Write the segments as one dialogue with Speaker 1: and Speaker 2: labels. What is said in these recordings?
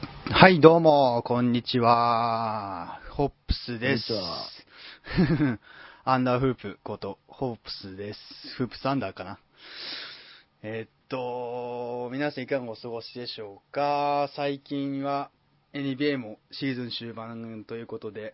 Speaker 1: はい、どうも、こんにちは。ホップスです。
Speaker 2: こんにちは。
Speaker 1: アンダーフープこと、ホップスです。フープスアンダーかな。皆さんいかがお過ごしでしょうか。最近は NBA もシーズン終盤ということで、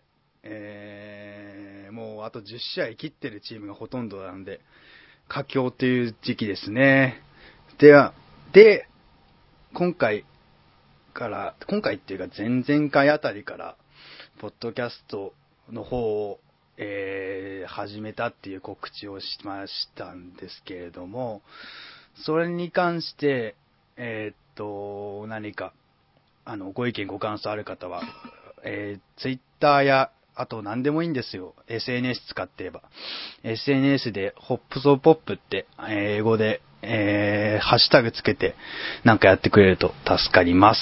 Speaker 1: もうあと10試合切ってるチームがほとんどなんで、佳境という時期ですね。で、今回っていうか前々回あたりから、ポッドキャストの方を、始めたっていう告知をしましたんですけれども、それに関して、何か、ご意見ご感想ある方は、Twitter や、あと何でもいいんですよ。SNS 使ってれば。SNS で、ホップソーポップって、英語で、ハッシュタグつけて、なんかやってくれると助かります。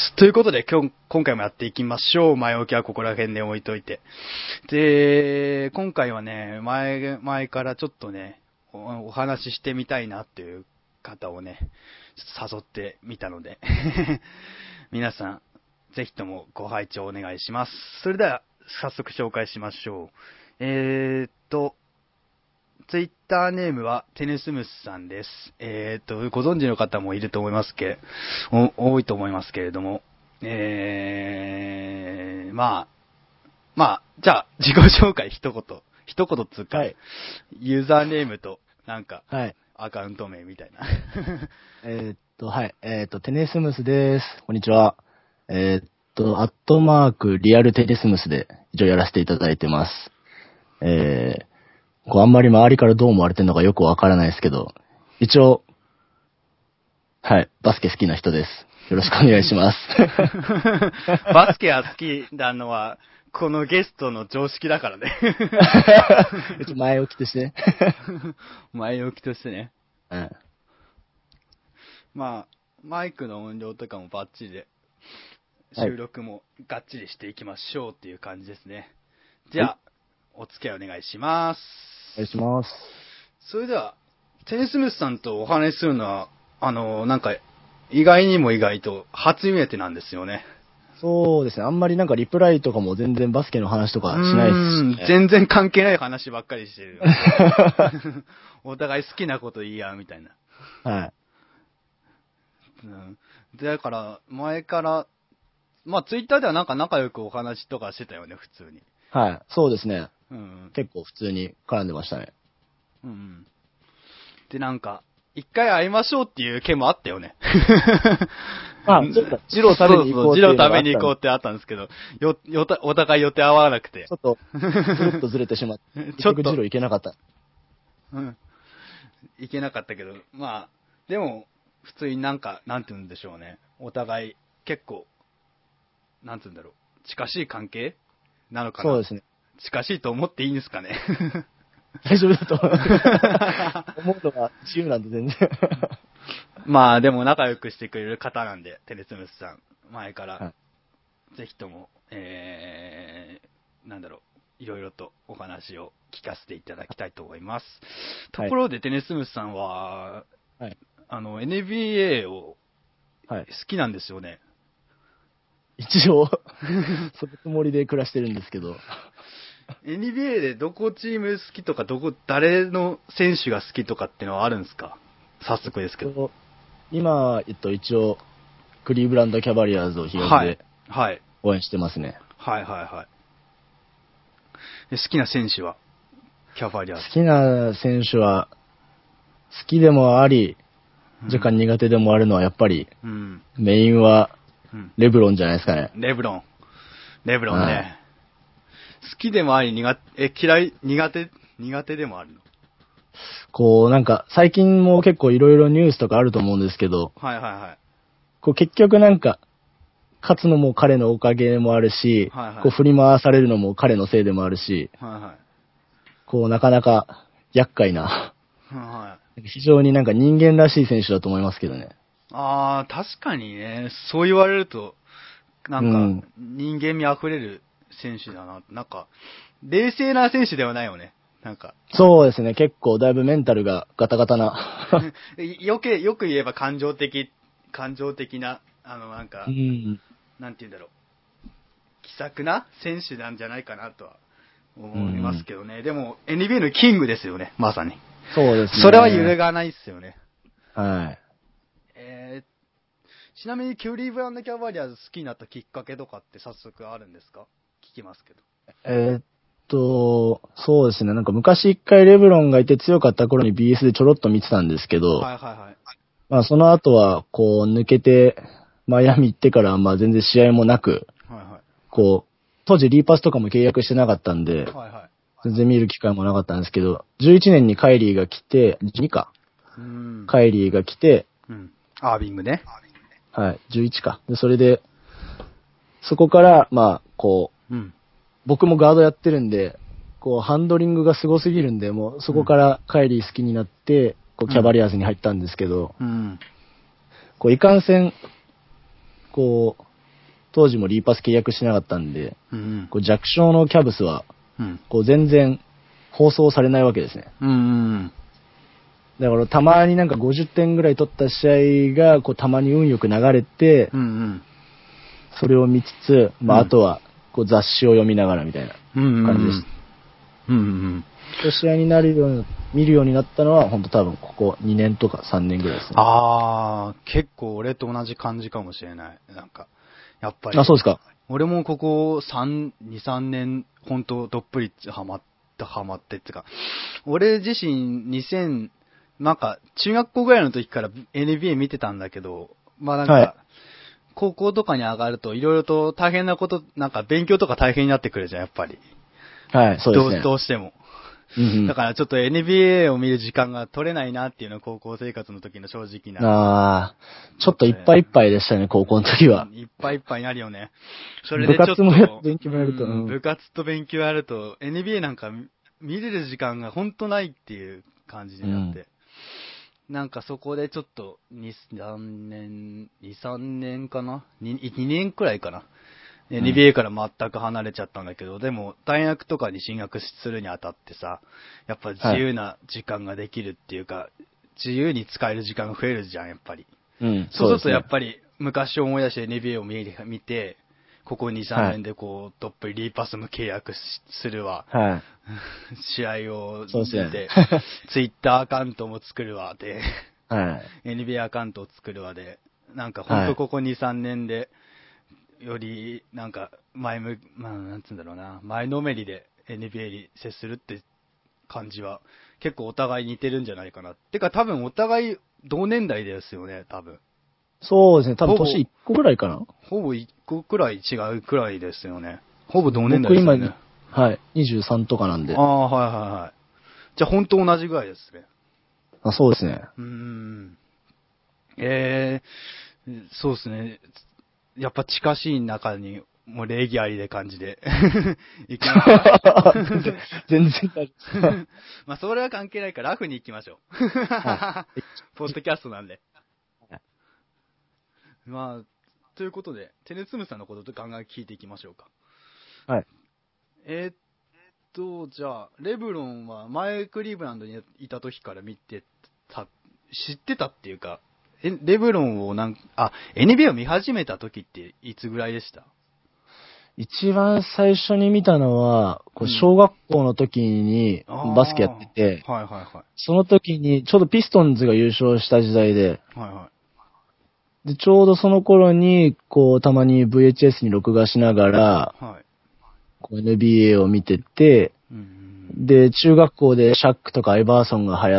Speaker 1: ということで、今回もやっていきましょう。前置きはここら辺で置いといて。で、今回はね、前からちょっとね、お話ししてみたいなっていう方をね、誘ってみたので、皆さん、ぜひともご拝聴お願いします。それでは、早速紹介しましょう。ツイッターネームはテネスムスさんです。ご存知の方もいると思います多いと思いますけれども、じゃあ、自己紹介一言つうか、
Speaker 2: はい。
Speaker 1: ユーザーネームと、なんか、
Speaker 2: はい。
Speaker 1: アカウント名みたいな。
Speaker 2: はい。テネスムスです。こんにちは。アットマーク、リアルテネスムスで一応やらせていただいてます。あんまり周りからどう思われてるのかよくわからないですけど、一応、はい、バスケ好きな人です。よろしくお願いします。
Speaker 1: バスケが好きなのは、このゲストの常識だからね。
Speaker 2: 一応前置きとしてね。
Speaker 1: 前置きとしてね。
Speaker 2: うん。
Speaker 1: まあ、マイクの音量とかもバッチリで、
Speaker 2: はい
Speaker 1: 収録もがっちりしていきましょうっていう感じですね。じゃあ、お付き合いお願いします。
Speaker 2: お願いします。
Speaker 1: それでは、テネスムスさんとお話しするのは、なんか、意外にも意外と初めてなんですよね。
Speaker 2: そうですね。あんまりなんかリプライとかも全然バスケの話とかしないですし、ね。
Speaker 1: 全然関係ない話ばっかりしてる。お互い好きなこと言い合うみたいな。
Speaker 2: はい。
Speaker 1: だから、前から、まあ、ツイッターではなんか仲良くお話とかしてたよね、普通に。
Speaker 2: はい。そうですね。
Speaker 1: うん。
Speaker 2: 結構普通に絡んでましたね。
Speaker 1: うん。で、なんか、一回会いましょうっていう件もあったよね。
Speaker 2: まあ、ちょっと、ジロー食べに行こうっていうのがあったんで。
Speaker 1: ジロー食べに行こうってあったんですけど、お互い予定合わなくて。
Speaker 2: ちょっと、ずるっとずれてしまって、結局ジロー行けなかった。
Speaker 1: うん。行けなかったけど、まあ、でも、普通になんか、なんて言うんでしょうね。お互い、結構、なんて言うんだろう。近しい関係なのかな。
Speaker 2: そうですね。
Speaker 1: 近しいと思っていいんですかね。
Speaker 2: 大丈夫だと思う。思うのが自由なんで全然。
Speaker 1: まあ、でも仲良くしてくれる方なんで、テレスムスさん、前から、
Speaker 2: はい、
Speaker 1: ぜひとも、なんだろう、いろいろとお話を聞かせていただきたいと思います。ところで、テネスムスさんは、
Speaker 2: はい、
Speaker 1: NBA を好きなんですよね。
Speaker 2: 一応、そのつもりで暮らしてるんですけど。
Speaker 1: NBA でどこチーム好きとか、誰の選手が好きとかっていうのはあるんですか？早速ですけど。
Speaker 2: 今、一応、クリーブランドキャバリアーズを東で応援してますね。
Speaker 1: はいはいはい。好きな選手はキャバリアーズ。
Speaker 2: 好きな選手は、好きでもあり、若干苦手でもあるのはやっぱり、メインはレブロンじゃないですかね。
Speaker 1: レブロンね。好きでもあり苦手でもあるの？
Speaker 2: なんか、最近も結構いろいろニュースとかあると思うんですけど、
Speaker 1: はいはいはい。
Speaker 2: 結局なんか、勝つのも彼のおかげもあるし、
Speaker 1: はいはい、
Speaker 2: 振り回されるのも彼のせいでもあるし、
Speaker 1: はいはい、
Speaker 2: なかなか厄介な、
Speaker 1: はい、
Speaker 2: 非常になんか人間らしい選手だと思いますけどね。
Speaker 1: ああ、確かにね、そう言われると、なんか、人間味あふれる選手だな。なんか、冷静な選手ではないよね。なんか。
Speaker 2: そうですね、結構だいぶメンタルがガタガタな。
Speaker 1: よく言えば感情的な、なんか、 なんて言うんだろう、気さくな選手なんじゃないかなとは思いますけどね。でも、NBA のキングですよね、まさに。
Speaker 2: そうですね。
Speaker 1: それは揺るがないっすよね。
Speaker 2: はい。
Speaker 1: ちなみに、キュリーブランドキャバリアーズ好きになったきっかけとかって早速あるんですか？聞きますけど。
Speaker 2: そうですね。なんか昔一回レブロンがいて強かった頃に BS でちょろっと見てたんですけど、
Speaker 1: はいはいはい。
Speaker 2: まあその後はこう抜けて、マイアミ行ってからまあ全然試合もなく、
Speaker 1: はいはい。
Speaker 2: こう、当時リーパスとかも契約してなかったんで、
Speaker 1: はいはい。
Speaker 2: 全然見る機会もなかったんですけど、11年にカイリーが来て、12か。カイリーが来て、
Speaker 1: アービングね。
Speaker 2: はい、11か。で、それで、そこから、まあ、こう、僕もガードやってるんで、こう、ハンドリングがすごすぎるんで、もう、そこからカイリー好きになって、こう、キャバリアーズに入ったんですけど、こう、いかんせん、こう、当時もリーパス契約してなかったんで、こう弱小のキャブスは、こう全然放送されないわけですね。だからたまになんか50点ぐらい取った試合が、こうたまに運よく流れて、それを見つつ、まああとはこう雑誌を読みながらみたいな感じでした。試合になるように、見るようになったのは、本当多分ここ2年とか3年ぐらいですね。
Speaker 1: あー、結構俺と同じ感じかもしれない。なんか、やっぱり。
Speaker 2: あ、そうですか。
Speaker 1: 俺もここ2、3年、本当どっぷりハマってってか、俺自身2000、なんか、中学校ぐらいの時から NBA 見てたんだけど、まあなんか、はい、高校とかに上がると色々と大変なこと、なんか勉強とか大変になってくるじゃん、やっぱり。
Speaker 2: はい、そうですね。
Speaker 1: どうしても。だからちょっと NBA を見る時間が取れないなっていうのは高校生活の時の正直な。
Speaker 2: ああ、ちょっといっぱいいっぱいでしたね、高校の時は。
Speaker 1: いっぱいいっぱいになるよね。それでちょっと。
Speaker 2: 部活も勉強もやると、
Speaker 1: 部活と勉強やると、NBA なんか見れる時間が本当ないっていう感じになって。なんかそこでちょっと2、3年かな 2年くらいかな。NBA から全く離れちゃったんだけど、でも大学とかに進学するにあたってさ、やっぱ自由な時間ができるっていうか、自由に使える時間が増えるじゃん、やっぱり。そうするとやっぱり昔思い出して NBA を見て、ここ2、3年でこう、どっぷりリーパスも契約するわ。試合を見て、Twitter アカウントも作るわで、NBA アカウントを作るわで、なんかほんとここ2、3年で、より、なんか、まあ、なんつうんだろうな、前のめりで NBA に接するって感じは、結構お互い似てるんじゃないかな。てか多分お互い同年代ですよね、多分。
Speaker 2: そうですね、多分年1個ぐらいかな。
Speaker 1: ほぼ1個くらい違うくらいですよね。ほぼ同年代ですよね。
Speaker 2: 僕今、はい、23とかなんで。
Speaker 1: ああ、はいはいはい。じゃあ本当同じぐらいですね。
Speaker 2: あ、そうですね。
Speaker 1: そうですね。やっぱ近しい中に、もう礼儀ありで感じで。行きますか
Speaker 2: 全然大丈夫。
Speaker 1: まあ、それは関係ないからラフに行きましょう。ポッドキャストなんで。まあ、ということで、テネツムさんのこととガンガン聞いていきましょうか。
Speaker 2: はい。
Speaker 1: じゃあ、レブロンは前クリーブランドにいた時から見てた、知ってたっていうか、レブロンをNBA を見始めた時っていつぐらいでした？
Speaker 2: 一番最初に見たのは、小学校の時にバスケやってて、その時にちょうどピストンズが優勝した時代で、でちょうどその頃に、たまに VHS に録画しながら、NBA を見てて、で、中学校でシャックとかアイバーソンが流行って、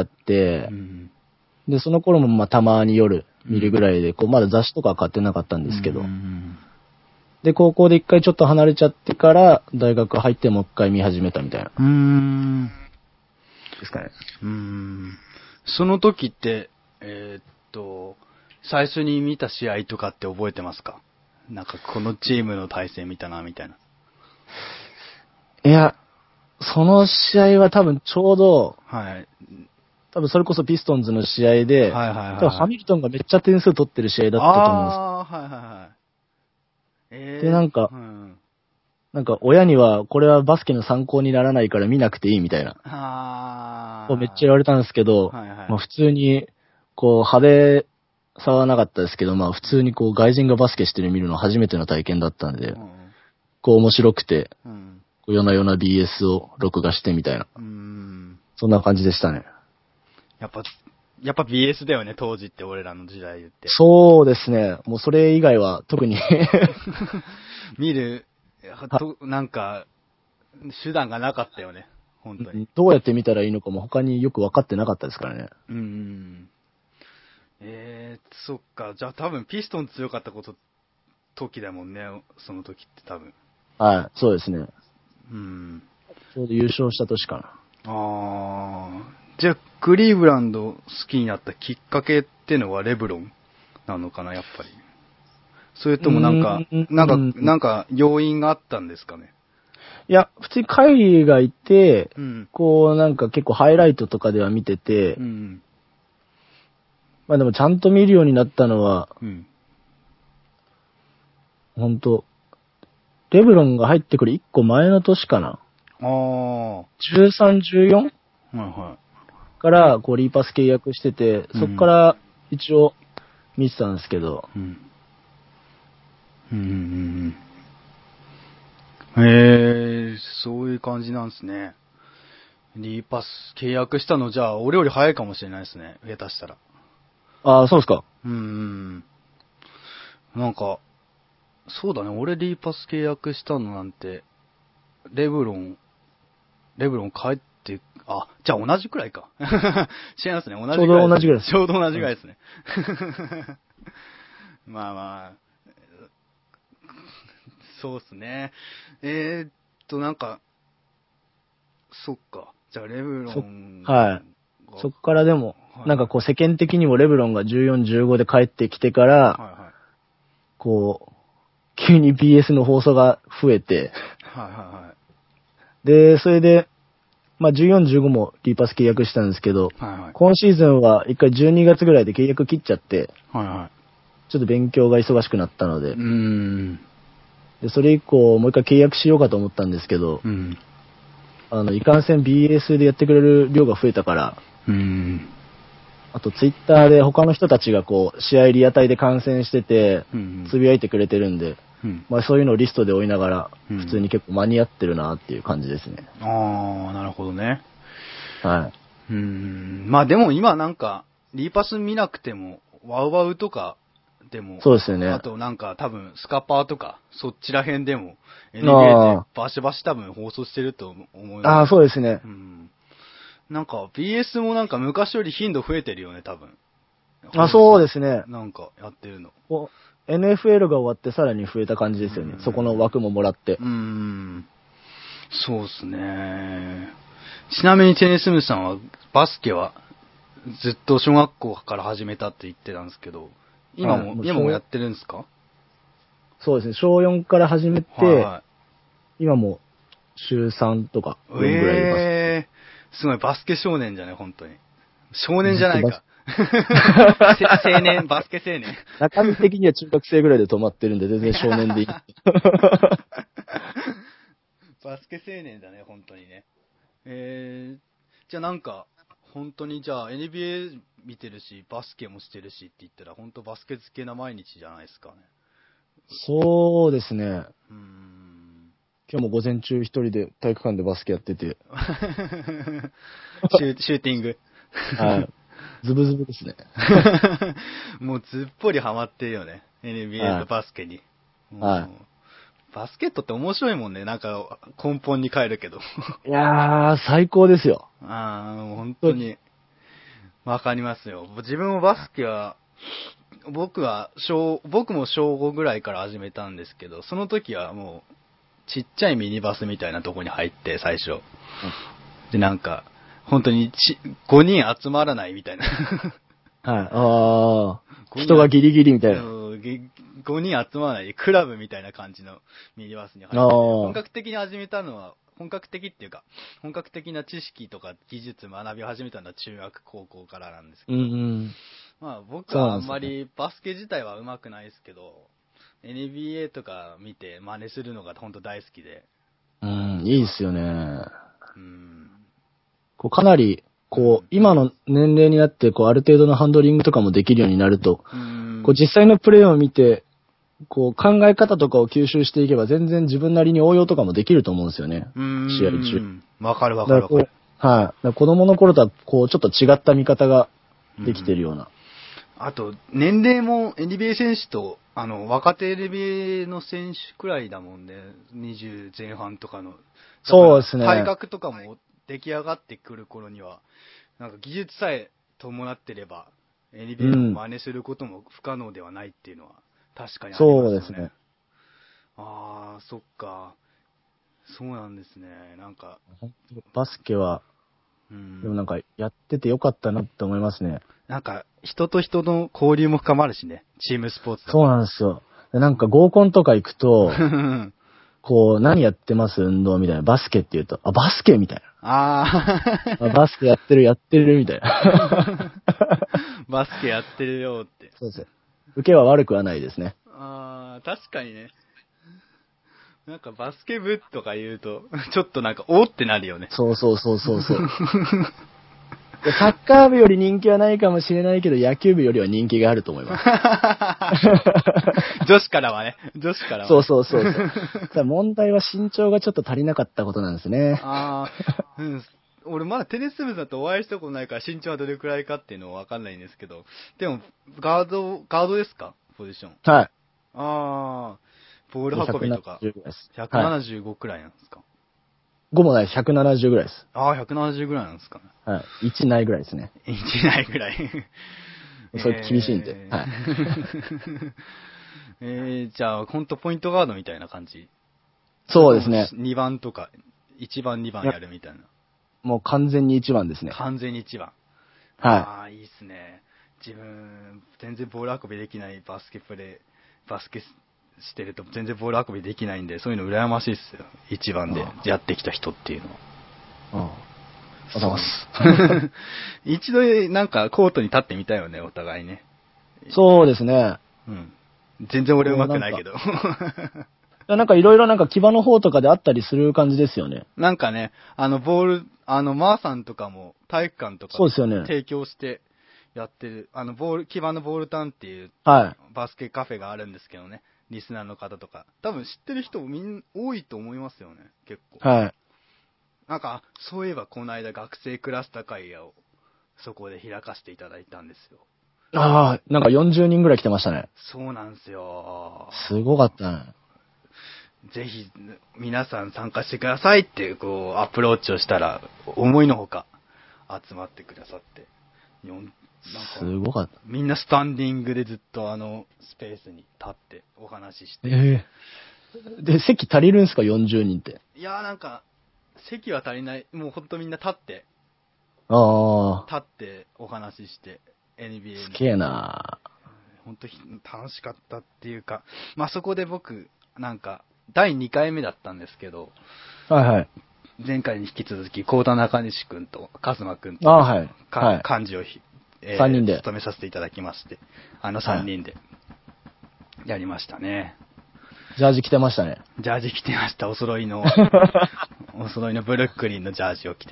Speaker 2: で、その頃もたまに夜見るぐらいで、まだ雑誌とか買ってなかったんですけど、で、高校で一回ちょっと離れちゃってから、大学入ってもう一回見始めたみたいな。ですかね。
Speaker 1: その時って、最初に見た試合とかって覚えてますか？なんかこのチームの対戦見たな、みたいな。
Speaker 2: いや、その試合は多分ちょうど、多分それこそピストンズの試合で、多分ハミルトンがめっちゃ点数取ってる試合だったと思うんです。で、なんか親には、これはバスケの参考にならないから見なくていいみたいな。めっちゃ言われたんですけど、まあ普通に、派差はなかったですけど、まあ普通にこう外人がバスケしてる見るの初めての体験だったんで、こう面白くて、こう夜な夜な BS を録画してみたいな。そんな感じでしたね。
Speaker 1: やっぱ BS だよね、当時って俺らの時代って。
Speaker 2: そうですね。もうそれ以外は特に
Speaker 1: 見る、なんか、手段がなかったよね。本当に。
Speaker 2: どうやって見たらいいのかも他によく分かってなかったですからね。
Speaker 1: そっか。じゃあ多分ピストン強かった時だもんね。その時って多分。
Speaker 2: はい、そうですね。ちょうど優勝した年か
Speaker 1: な。じゃあ、クリーブランド好きになったきっかけってのはレブロンなのかな、やっぱり。それともなんか要因があったんですかね。
Speaker 2: いや、普通に海外行って、こうなんか結構ハイライトとかでは見てて、まあでもちゃんと見るようになったのは、本当レブロンが入ってくる1個前の年かな。13、14? から、こう、リーパス契約してて、そっから一応見てたんですけど。
Speaker 1: そういう感じなんですね。リーパス契約したのじゃあ、俺より早いかもしれないですね。下手したら。
Speaker 2: ああ、そうですか。
Speaker 1: なんか、そうだね。俺リーパス契約したのなんて、レブロン帰って、じゃあ同じくらいか。違いますね。同じくらい。
Speaker 2: ちょうど同じぐらいです。
Speaker 1: ちょうど同じぐらいですね。まあまあ、そうっすね。なんか、そっか。じゃあレブロン。
Speaker 2: はい。そっからでも、なんかこう世間的にもレブロンが14、15で帰ってきてから、こう、急に BS の放送が増えて、で、それで、まあ14、15もリーパス契約したんですけど、今シーズンは一回12月ぐらいで契約切っちゃって、ちょっと勉強が忙しくなったので、でそれ以降もう一回契約しようかと思ったんですけど、いかんせん BS でやってくれる量が増えたから、あとツイッターで他の人たちがこう、試合リアタイで観戦してて、つぶやいてくれてるんで、まあそういうのをリストで追いながら、普通に結構間に合ってるなっていう感じですね。
Speaker 1: なるほどね。
Speaker 2: はい。
Speaker 1: まあでも今なんか、リーパス見なくても、ワウワウとかでも、
Speaker 2: そうですよね。
Speaker 1: あとなんか多分スカパーとか、そっちら辺でも、NBA でバシバシ多分放送してると思う。
Speaker 2: そうですね。
Speaker 1: なんか BS もなんか昔より頻度増えてるよね、多分。
Speaker 2: そうですね。
Speaker 1: なんかやってるの。
Speaker 2: NFL が終わってさらに増えた感じですよね。そこの枠ももらって。
Speaker 1: そうっすね。ちなみにテネスムさんはバスケはずっと小学校から始めたって言ってたんですけど、今もやってるんですか？
Speaker 2: そうですね。小4から始めて、今も週3とか4ぐらいいます。
Speaker 1: すごいバスケ少年じゃね、本当に。少年じゃないか。青年、バスケ青年。
Speaker 2: 中身的には中学生ぐらいで止まってるんで、全然少年でいい。
Speaker 1: バスケ青年だね、本当にね。じゃあなんか、本当にじゃあ NBA 見てるし、バスケもしてるしって言ったら、本当バスケ漬けな毎日じゃないですかね。
Speaker 2: そうですね。今日も午前中一人で体育館でバスケやってて。
Speaker 1: シューティング。
Speaker 2: はい。ズブズブですね。
Speaker 1: もうずっぽりハマってるよね。NBA とバスケに。
Speaker 2: はい。
Speaker 1: バスケットって面白いもんね。なんか根本に帰るけど。
Speaker 2: いやー、最高ですよ。
Speaker 1: もう本当に。わかりますよ。自分もバスケは、僕も小5ぐらいから始めたんですけど、その時はもう、ちっちゃいミニバスみたいなとこに入って、最初。で、なんか、本当に5人集まらないみたいな。
Speaker 2: はい。人がギリギリみたいな。
Speaker 1: 5人集まらないクラブみたいな感じのミニバスに入って、本格的に始めたのは、本格的っていうか、本格的な知識とか技術学び始めたのは中学高校からなんですけど、まあ僕はあんまりバスケ自体は上手くないですけど、NBA とか見て真似するのが本当大好きで。
Speaker 2: いいですよね。こうかなりこう、今の年齢になって、こう、ある程度のハンドリングとかもできるようになると、こう、実際のプレイを見て、こう、考え方とかを吸収していけば、全然自分なりに応用とかもできると思うんですよね。試合中。
Speaker 1: わかるわかるわかる。
Speaker 2: はい。だから子供の頃とは、こう、ちょっと違った見方ができてるような。
Speaker 1: あと、年齢も NBA 選手と、若手 NBA の選手くらいだもんね。20前半とかの。
Speaker 2: そうですね。
Speaker 1: 体格とかも出来上がってくる頃には、なんか技術さえ伴ってれば、NBA を真似することも不可能ではないっていうのは、確かにありますよね。
Speaker 2: そうですね。
Speaker 1: ああ、そっか。そうなんですね。なんか。
Speaker 2: バスケは、でもなんかやっててよかったなって思いますね。
Speaker 1: なんか、人と人の交流も深まるしね。チームスポーツだと。
Speaker 2: そうなんですよ。なんか合コンとか行くと、こう、何やってます運動みたいな。バスケって言うと、あ、バスケみたいな。バスケやってるみたいな。
Speaker 1: バスケやってるよって。
Speaker 2: そうです。受けは悪くはないですね。
Speaker 1: 確かにね。なんかバスケ部とか言うと、ちょっとなんか、おーってなるよね。
Speaker 2: そう。サッカー部より人気はないかもしれないけど、野球部よりは人気があると思います。
Speaker 1: 女子からはね。
Speaker 2: そう。問題は身長がちょっと足りなかったことなんですね。
Speaker 1: 俺まだテニス部だとお会いしたことないから身長はどれくらいかっていうのはわかんないんですけど。でも、ガードですかポジション。
Speaker 2: はい。
Speaker 1: ボール運びとか。175くらいなんですか、
Speaker 2: 5もないです。170ぐらいです。
Speaker 1: 170ぐらいなんですかね。
Speaker 2: はい。1ないぐらいですね。
Speaker 1: 1ないぐらい。
Speaker 2: それ厳しいんで。はい。
Speaker 1: じゃあ、ほんとポイントガードみたいな感じ。
Speaker 2: そうですね。
Speaker 1: 2番とか、1番、2番やるみたいな。
Speaker 2: もう完全に1番ですね。
Speaker 1: 完全に1番。
Speaker 2: はい。
Speaker 1: いいっすね。自分、全然ボール運びできないバスケしてると全然ボール運びできないんで、そういうの羨ましいっすよ。1番でやってきた人っていうのは。
Speaker 2: ありがとうございます。
Speaker 1: 一度なんかコートに立ってみたいよね、お互いね。
Speaker 2: そうですね。
Speaker 1: 全然俺上手くないけど。
Speaker 2: なんかいろいろなんか牙の方とかであったりする感じですよね。
Speaker 1: なんかね、ボール、マーさんとかも体育館とか
Speaker 2: そうですよね。
Speaker 1: 提供してやってる、牙のボールタンっていう
Speaker 2: バ
Speaker 1: スケカフェがあるんですけどね。リスナーの方とか。多分知ってる人も多いと思いますよね、結構。
Speaker 2: はい。
Speaker 1: なんか、そういえばこの間学生クラスター会をそこで開かせていただいたんですよ。
Speaker 2: なんか40人ぐらい来てましたね。
Speaker 1: そうなんですよ。
Speaker 2: すごかったね。
Speaker 1: ぜひ、皆さん参加してくださいって、こう、アプローチをしたら、思いのほか集まってくださって。
Speaker 2: すごかった。
Speaker 1: みんなスタンディングでずっとスペースに立ってお話しして。
Speaker 2: で、席足りるんすか ?40 人って。
Speaker 1: いやーなんか、席は足りない。もうほんとみんな立って。立ってお話しして、NBA に。
Speaker 2: すげえな
Speaker 1: ほんと楽しかったっていうか、まあ、そこで僕、なんか、第2回目だったんですけど、前回に引き続き、高田中西くんと、カズマくんと、幹事を
Speaker 2: 3人で
Speaker 1: 務めさせていただきまして、3人で、やりましたね。
Speaker 2: ジャージ着てましたね。
Speaker 1: ジャージ着てました。お揃いのブルックリンのジャージを着て。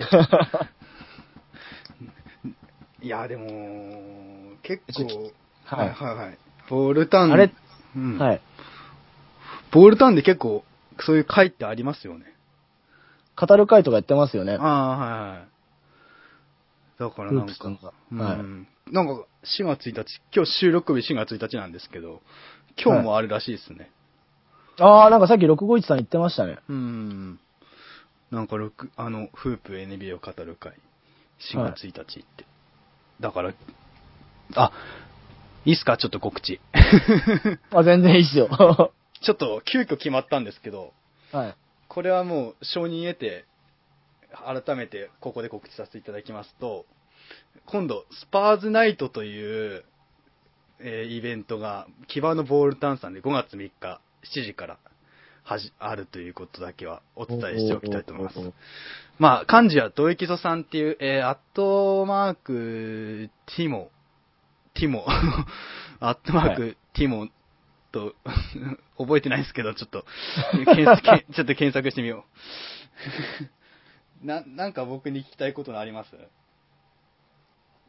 Speaker 1: いや、でも、結構、ボールターン、
Speaker 2: あれ
Speaker 1: ボールターンで結構、そういう会ってありますよね。
Speaker 2: 語る会とかやってますよね。
Speaker 1: だからなんか、なんか4月1日、今日収録日4月1日なんですけど、今日もあるらしいですね。
Speaker 2: なんかさっき651さん言ってましたね。
Speaker 1: なんかフープ NBA を語る会、4月1日って。だから、いいっすかちょっと告知。
Speaker 2: 全然いいっすよ。
Speaker 1: ちょっと急遽決まったんですけど、これはもう承認得て、改めてここで告知させていただきますと、今度、スパーズナイトという、イベントが、キバのボールタンさんで5月3日7時からあるということだけはお伝えしておきたいと思います。まあ、漢字は土井基礎さんっていう、アットマーク、ティモ、アットマーク、ティモと、覚えてないですけど、ちょっと検索してみよう。なんか僕に聞きたいことあります？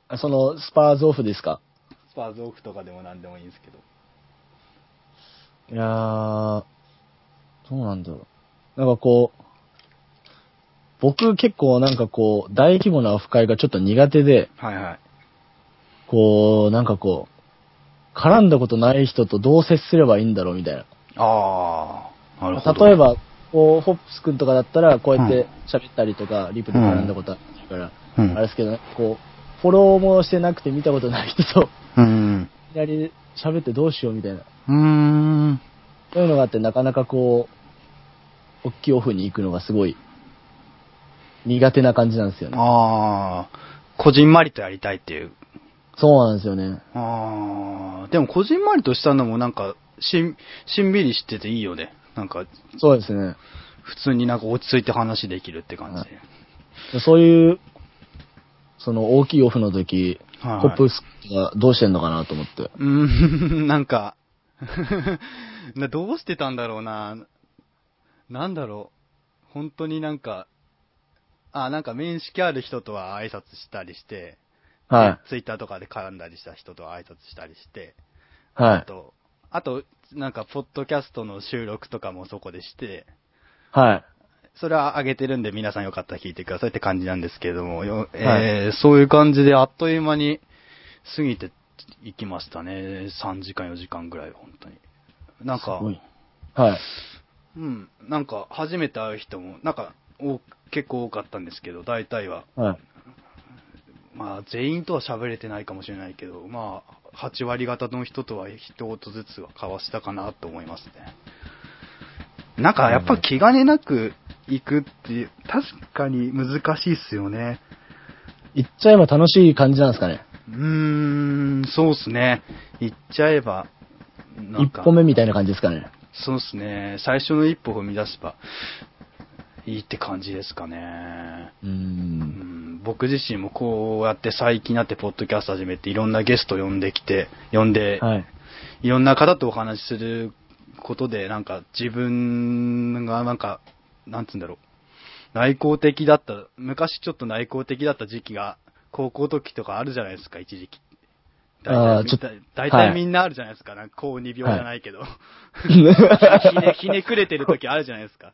Speaker 2: その、スパーズオフですか？
Speaker 1: スパーズオフとかでも何でもいいんですけど。
Speaker 2: いやー、どうなんだろう。なんかこう、僕結構なんかこう、大規模なオフ会がちょっと苦手で、
Speaker 1: はいはい。
Speaker 2: こう、なんかこう、絡んだことない人とどう接すればいいんだろうみたいな。
Speaker 1: ああ、なるほど。
Speaker 2: 例えば、こう、ホップス君とかだったら、こうやって喋ったりとか、リプで絡んだことあるから、
Speaker 1: うん
Speaker 2: あれですけど、こう、フォローもしてなくて見たことない人と、
Speaker 1: うん。
Speaker 2: いきなり喋ってどうしようみたいな。
Speaker 1: ん。
Speaker 2: そういうのがあって、なかなかこう、大きいオフに行くのがすごい、苦手な感じなんですよね。
Speaker 1: ああ、こじんまりとやりたいっていう。
Speaker 2: そうなんですよね。
Speaker 1: ああ、でもこじんまりとしたのもなんか、しんびりしてていいよね。なんか、
Speaker 2: そうですね。
Speaker 1: 普通になんか落ち着いて話できるって感じで。
Speaker 2: そういう、その大きいオフの時、
Speaker 1: はいはい
Speaker 2: ホップスがどうしてんのかなと思って。
Speaker 1: なんかどうしてたんだろうな。なんだろう。本当になんか、なんか面識ある人とは挨拶したりして、
Speaker 2: はい。
Speaker 1: ツイッターとかで絡んだりした人とは挨拶したりして、
Speaker 2: はい。
Speaker 1: あと、なんか、ポッドキャストの収録とかもそこでして、
Speaker 2: はい。
Speaker 1: それは上げてるんで皆さんよかったら聞いてくださいって感じなんですけれども、
Speaker 2: は
Speaker 1: そういう感じであっという間に過ぎていきましたね。3時間4時間ぐらい、本当に。なんか、
Speaker 2: はい。
Speaker 1: うん、なんか初めて会う人も、なんか結構多かったんですけど、大体は。
Speaker 2: はい。
Speaker 1: まあ、全員とは喋れてないかもしれないけど、まあ、8割方の人とは一言ずつは交わしたかなと思いますね。なんか、やっぱ気兼ねなく行くっていう、確かに難しいっすよね。
Speaker 2: 行っちゃえば楽しい感じなんですかね。
Speaker 1: そうっすね。行っちゃえば、
Speaker 2: 一歩目みたいな感じですかね。
Speaker 1: そうっすね。最初の一歩踏み出せばいいって感じですかね。僕自身もこうやって最近になってポッドキャスト始めていろんなゲスト呼んで、はい、いろんな方とお話しすることで、なんか自分がなんか、なんつうんだろう。内向的だった、昔ちょっと内向的だった時期が、高校時とかあるじゃないですか、一時期。大体みんなあるじゃないですか、なんか高2病じゃないけど。ひねくれてる時あるじゃないですか。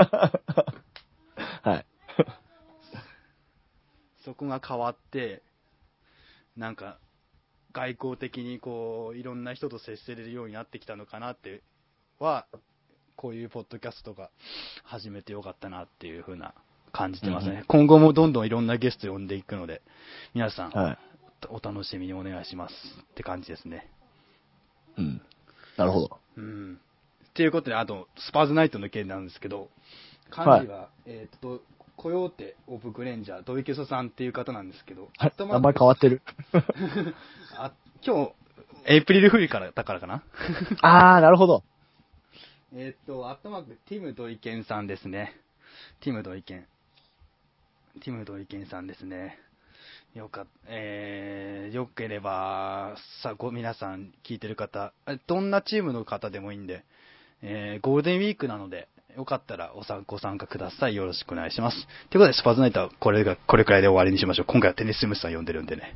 Speaker 2: はい。
Speaker 1: そこが変わって、なんか、外交的にこう、いろんな人と接せれるようになってきたのかなっては、こういうポッドキャストが始めてよかったなっていう風な感じてますね。今後もどんどんいろんなゲスト呼んでいくので、皆さん、お楽しみにお願いしますって感じですね。
Speaker 2: なるほど。
Speaker 1: っていうことで、あと、スパーズナイトの件なんですけど、幹事は、コヨーテ・オブ・グレンジャー、土井ケソさんっていう方なんですけど、
Speaker 2: 名前変わってる。
Speaker 1: 今日、エイプリルフリーからだからかな
Speaker 2: なるほど。
Speaker 1: アットマーク、ティム・ドイケンさんですね。ティム・ドイケンさんですね。よければ、皆さん聞いてる方、どんなチームの方でもいいんで、ゴールデンウィークなので、よかったらご参加ください。よろしくお願いします。ということで、スパーズナイトはこれくらいで終わりにしましょう。今回はテニスムスさん呼んでるんでね。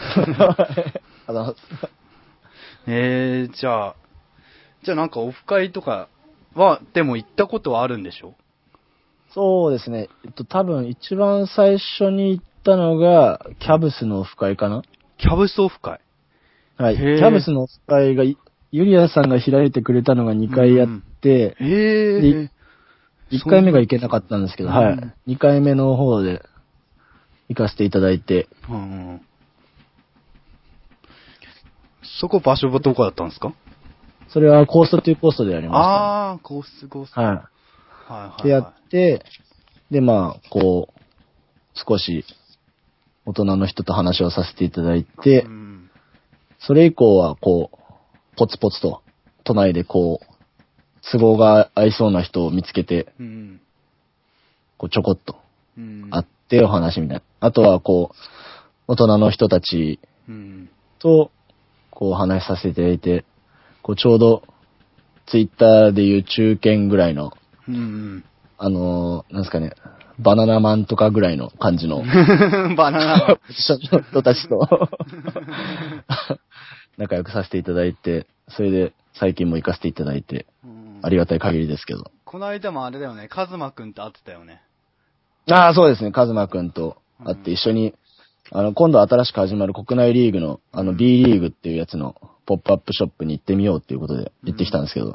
Speaker 1: じゃあなんかオフ会とかは、でも行ったことはあるんでしょ？
Speaker 2: そうですね。多分一番最初に行ったのが、キャブスのオフ会かな？
Speaker 1: キャブスオフ会。
Speaker 2: はい。キャブスのオフ会が、ユリアさんが開いてくれたのが2回やって、1回目が行けなかったんですけど、はい。2回目の方で行かせていただいて。
Speaker 1: そこ場所はどこだったんですか？
Speaker 2: それはコーストというコーストでやりました、
Speaker 1: コースト。
Speaker 2: はい。でやって、で、まあ、こう、少し大人の人と話をさせていただいて、それ以降は、こう、ポツポツと、都内でこう、都合が合いそうな人を見つけて、こう、ちょこっと、会ってお話みたいな。あとは、こう、大人の人たちと、こう、話させていただいて、こう、ちょうど、ツイッターでいう中堅ぐらいの、なんですかね、 バナナマンとかぐらいの感じの、
Speaker 1: バナナ。
Speaker 2: ポジションの人たちと仲良くさせていただいて、それで最近も行かせていただいて、ありがたい限りですけど。
Speaker 1: この間もあれだよね、カズマくんと会ってたよね。
Speaker 2: ああ、そうですね、カズマくんと会って一緒に、今度新しく始まる国内リーグの、B リーグっていうやつのポップアップショップに行ってみようっていうことで行ってきたんですけど、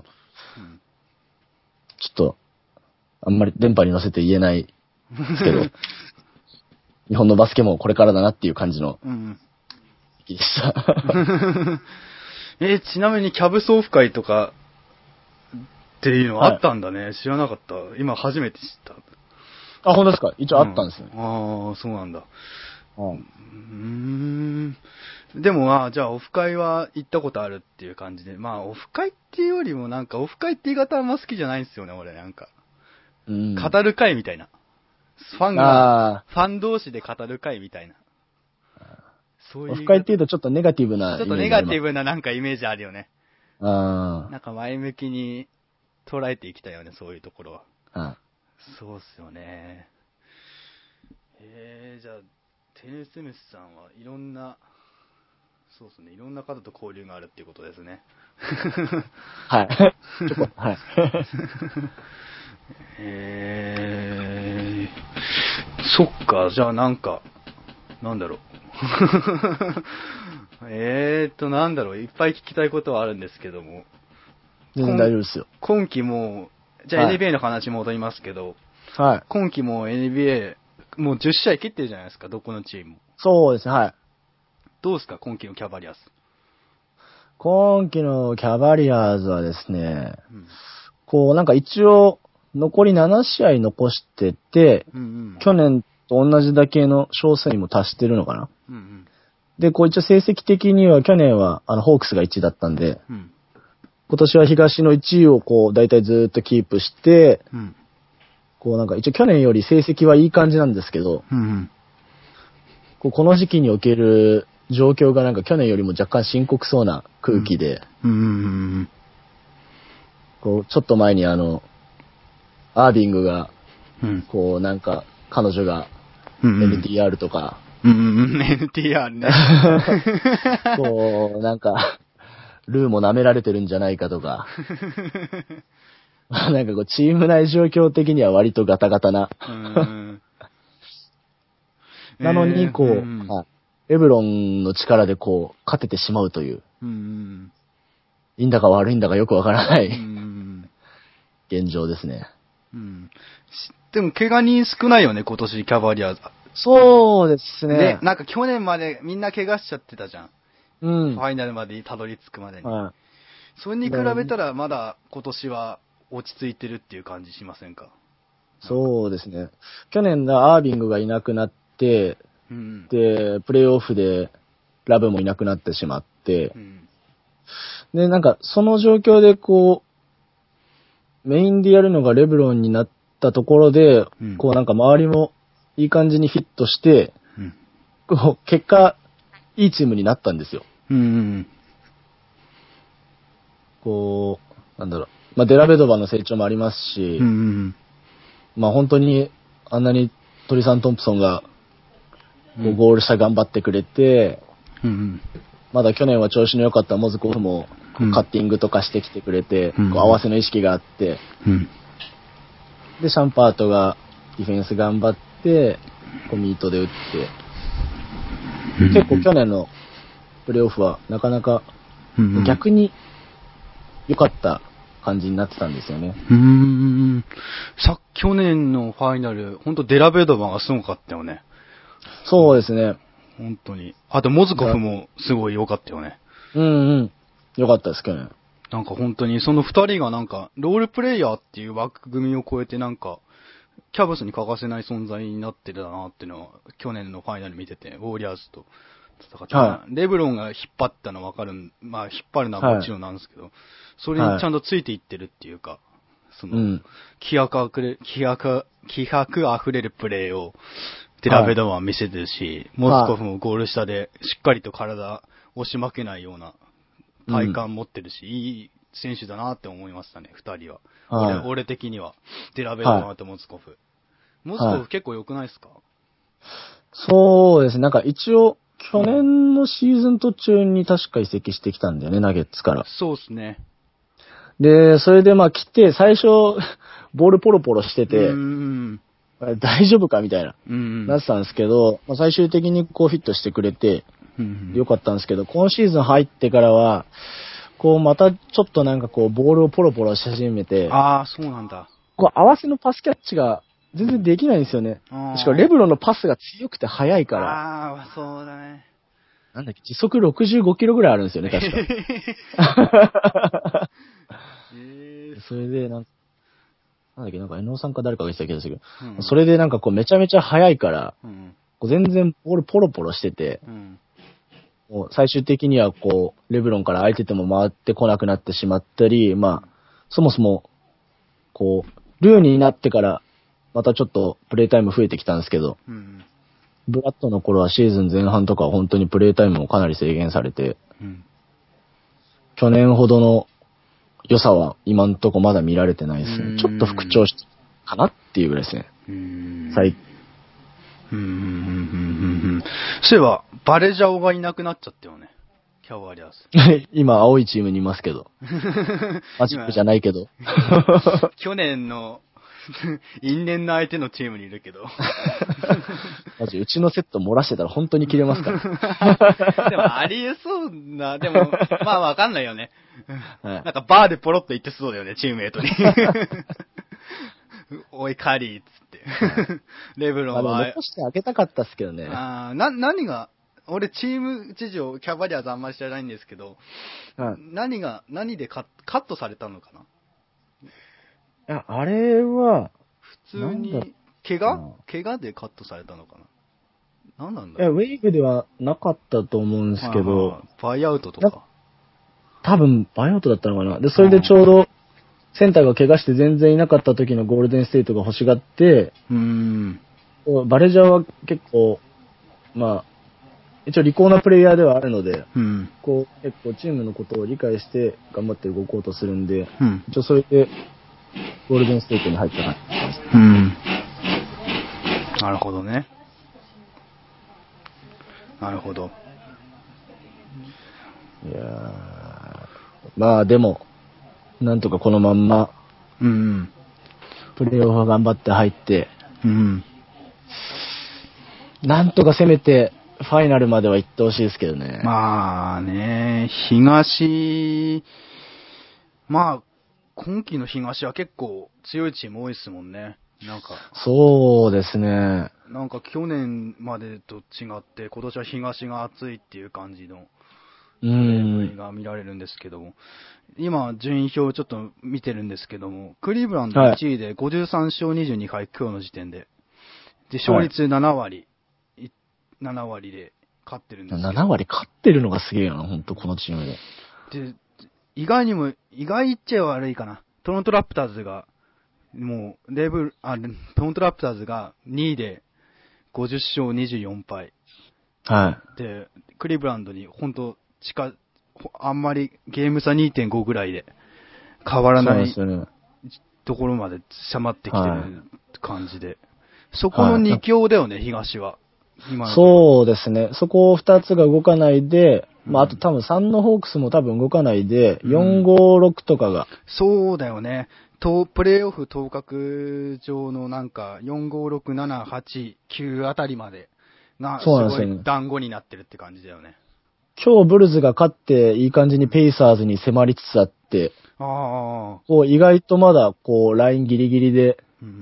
Speaker 2: ちょっと、あんまり電波に乗せて言えないですけど、日本のバスケもこれからだなっていう感じの、時でした。
Speaker 1: ちなみにキャブ総オフ会とかっていうのはあったんだね。知らなかった。今初めて知った。
Speaker 2: あ、本当ですか？一応あったんですね。
Speaker 1: ああ、そうなんだ。でもじゃあオフ会は行ったことあるっていう感じで、オフ会っていうよりもなんかオフ会って言い方あんま好きじゃないんですよね、俺なんか。語る会みたいな。ファン同士で語る会みたいな。そういう。オフ
Speaker 2: 会って言うとちょっとネガティブな。
Speaker 1: ちょっとネガティブななんかイメージあるよね。
Speaker 2: なん
Speaker 1: か前向きに捉えていきたいよね、そういうところは。そうっすよね。じゃあ、テネスムスさんはいろんな、そうですね、いろんな方と交流があるっていうことですね。
Speaker 2: はい。はい。
Speaker 1: そっか、じゃあなんだろう。なんだろう、いっぱい聞きたいことはあるんですけども。
Speaker 2: 全然大丈夫ですよ。
Speaker 1: 今期も、じゃあ NBA の話戻りますけど、
Speaker 2: はい。
Speaker 1: 今期も NBA、もう10試合切ってるじゃないですか、どこのチームも。
Speaker 2: そうですね、はい。
Speaker 1: どうですか、今期のキャバリアーズ。
Speaker 2: 今期のキャバリアーズはですね、なんか一応、残り7試合残してて、去年と同じだけの勝数にも達してるのかな。で、一応成績的には去年はホークスが1位だったんで、今年は東の1位をだいたいずーっとキープして、なんか一応去年より成績はいい感じなんですけど、この時期における状況がなんか去年よりも若干深刻そうな空気で、ちょっと前にアービングが、なんか彼女が NTR とか、
Speaker 1: NTR ね。
Speaker 2: なんか、ルーも舐められてるんじゃないかとか、なんかチーム内状況的には割とガタガタな。なのに、レブロンの力で勝ててしまうという。いいんだか悪いんだかよくわからない現状ですね。
Speaker 1: でも、怪我人少ないよね、今年、キャバリアーズ。
Speaker 2: そうですね。
Speaker 1: なんか去年までみんな怪我しちゃってたじゃん。ファイナルまでたどり着くまでに。それに比べたら、まだ今年は落ち着いてるっていう感じしませんか？
Speaker 2: そうですね。去年のアービングがいなくなって、で、プレイオフでラブもいなくなってしまって、で、なんかその状況でメインでやるのがレブロンになったところで、なんか周りもいい感じにフィットして、結果、いいチームになったんですよ。なんだろう。デラベドバの成長もありますし、本当にあんなにトリサン・トンプソンがゴール下頑張ってくれて、まだ去年は調子の良かったモズコフもカッティングとかしてきてくれて、合わせの意識があって、で、シャンパートがディフェンス頑張って、ミートで打って、結構去年のプレイオフはなかなか逆に良かった感じになってたんですよね。
Speaker 1: 去年のファイナル、本当デラベドバンがすごかったよね。
Speaker 2: そうですね。
Speaker 1: 本当に。あと、モズコフもすごい良かったよね。
Speaker 2: 良かったです、去年。
Speaker 1: なんか本当に、その二人がなんか、ロールプレイヤーっていう枠組みを超えてなんか、キャブスに欠かせない存在になってるなっていうのは、去年のファイナル見てて、ウォーリアーズと戦って、レブロンが引っ張ったの分かる、引っ張るのはもちろんなんですけど、それにちゃんとついていってるっていうか、気迫あふれるプレーを、デラベドは見せてるし、モズコフもゴール下でしっかりと体押し負けないような体感持ってるし、いい選手だなって思いましたね、二人は。俺的には。デラベドバとモズコフ。 モスコフ結構良くないですか？
Speaker 2: そうですね。なんか一応、去年のシーズン途中に確か移籍してきたんだよね、ナゲッツから。
Speaker 1: そうですね。
Speaker 2: で、それでまあ来て、最初、ボールポロポロしてて、大丈夫かみたいな、なってたんですけど、まあ、最終的にこうフィットしてくれて、よかったんですけど、今シーズン入ってからは、こうまたちょっとなんかこうボールをポロポロし始めて、
Speaker 1: ああ、そうなんだ。
Speaker 2: こう合わせのパスキャッチが全然できないんですよね。しかもレブロンのパスが強くて速いから。
Speaker 1: ああ、そうだね。
Speaker 2: なんだっけ、時速65キロぐらいあるんですよね、確か。それでなんだっけ、なんか、江野さんか誰かが言ってた気がするけど、それでなんかこうめちゃめちゃ速いから、こう全然ボールポロポロしてて、もう最終的にはこう、レブロンから相手ても回ってこなくなってしまったり、まあ、そもそも、こう、ルーになってから、またちょっとプレイタイム増えてきたんですけど、ブラッドの頃はシーズン前半とかは本当にプレイタイムもかなり制限されて、去年ほどの良さは今んとこまだ見られてないですね。ちょっと復調したかなっていうぐらいですね。最近。
Speaker 1: そういえば、バレジャオがいなくなっちゃったよね。キャバリアーズ。
Speaker 2: 今、青いチームにいますけど。マジックじゃないけど。
Speaker 1: 去年の因縁の相手のチームにいるけど。
Speaker 2: マジ、うちのセット漏らしてたら本当に切れますから。
Speaker 1: でもありえそうな、でも、まあわかんないよね。なんかバーでポロッと言ってそうだよね、チームメイトに。おい、カリーっつって。レブロンは。
Speaker 2: 残してあげたかったっすけどね。
Speaker 1: 何が、俺チーム事情、キャバリアーズあんまり知らないんですけど、何でカットされたのかな？
Speaker 2: いや、あれは、
Speaker 1: 普通に、怪我でカットされたのかな？何なんだろう。
Speaker 2: いや、ウェイブではなかったと思うんですけど、
Speaker 1: バイアウトとか。
Speaker 2: 多分、バイアウトだったのかな。で、それでちょうど、センターが怪我して全然いなかった時のゴールデンステートが欲しがって、バレジャーは結構、まあ、一応利口なプレイヤーではあるので、こう、結構チームのことを理解して頑張って動こうとするんで、一応それで、ゴールデンステートに入った感じです。
Speaker 1: なるほどね。なるほど。
Speaker 2: いやまあでも、なんとかこのまんま、プレーオフ頑張って入って、なんとか攻めて、ファイナルまでは行ってほしいですけどね。
Speaker 1: まあね、まあ、今季の東は結構強いチーム多いですもんね。なんか。
Speaker 2: そうですね。
Speaker 1: なんか去年までと違って、今年は東が熱いっていう感じのプレーが見られるんですけども、今、順位表をちょっと見てるんですけども、クリーブランド1位で53勝22敗、今日の時点で。で、勝率7割、7割で勝ってるんですけど。
Speaker 2: 7割勝ってるのがすげえよな、本当このチームで。
Speaker 1: で、意外っちゃ悪いかな。トロントラプターズが、もう、トロントラプターズが2位で50勝24敗。で、クリーブランドに本当あんまりゲーム差 2.5 ぐらいで変わらないところまで迫ってきてる感じで。そこの2強だよね、東は。
Speaker 2: そうですね。そこ2つが動かないで、まあ、あと多分3のホークスも多分動かないで、4、5、6とかが。
Speaker 1: そうだよね。プレイオフ当確上のなんか、4、5、6、7、8、9あたりまでが、すごい団子になってるって感じだよね。
Speaker 2: 今日ブルズが勝っていい感じにペイサーズに迫りつつあって、こう意外とまだこうラインギリギリで、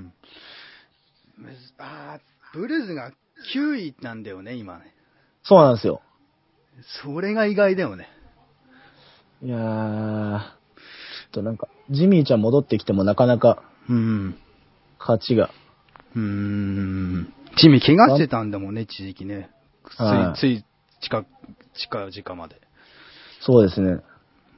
Speaker 1: ブルズが9位なんだよね、今ね。
Speaker 2: そうなんですよ。
Speaker 1: それが意外だよね。
Speaker 2: いやー、ちょっとなんか、ジミーちゃん戻ってきてもなかなか、勝ちが。
Speaker 1: ジミー怪我してたんだもんね、一時期ね。つい近々まで。
Speaker 2: そうですね。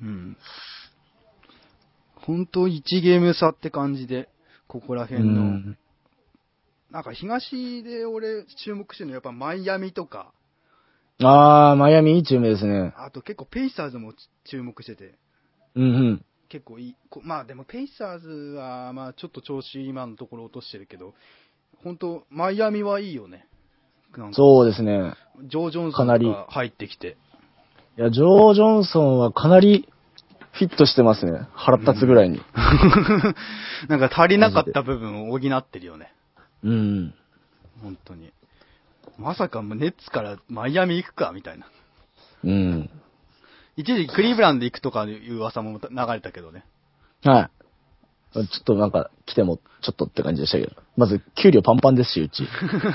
Speaker 1: 本当1ゲーム差って感じで、ここら辺の。なんか東で俺注目してるのはやっぱマイアミとか。
Speaker 2: マイアミいいチームですね。
Speaker 1: あと結構ペイサーズも注目してて。結構いい。まあでもペイサーズはまあちょっと調子今のところ落としてるけど、 本当マイアミはいいよね。
Speaker 2: そうですね。
Speaker 1: ジョー・ジョンソンが入ってきて。
Speaker 2: いや、ジョー・ジョンソンはかなりフィットしてますね。腹立つぐらいに。
Speaker 1: なんか足りなかった部分を補ってるよね。
Speaker 2: うん。
Speaker 1: 本当に。まさかネッツからマイアミ行くかみたいな。
Speaker 2: うん。
Speaker 1: 一時クリーブランド行くとかいう噂も流れたけどね。
Speaker 2: はい。ちょっとなんか来てもちょっとって感じでしたけど。まず給料パンパンですし、うち。
Speaker 1: チ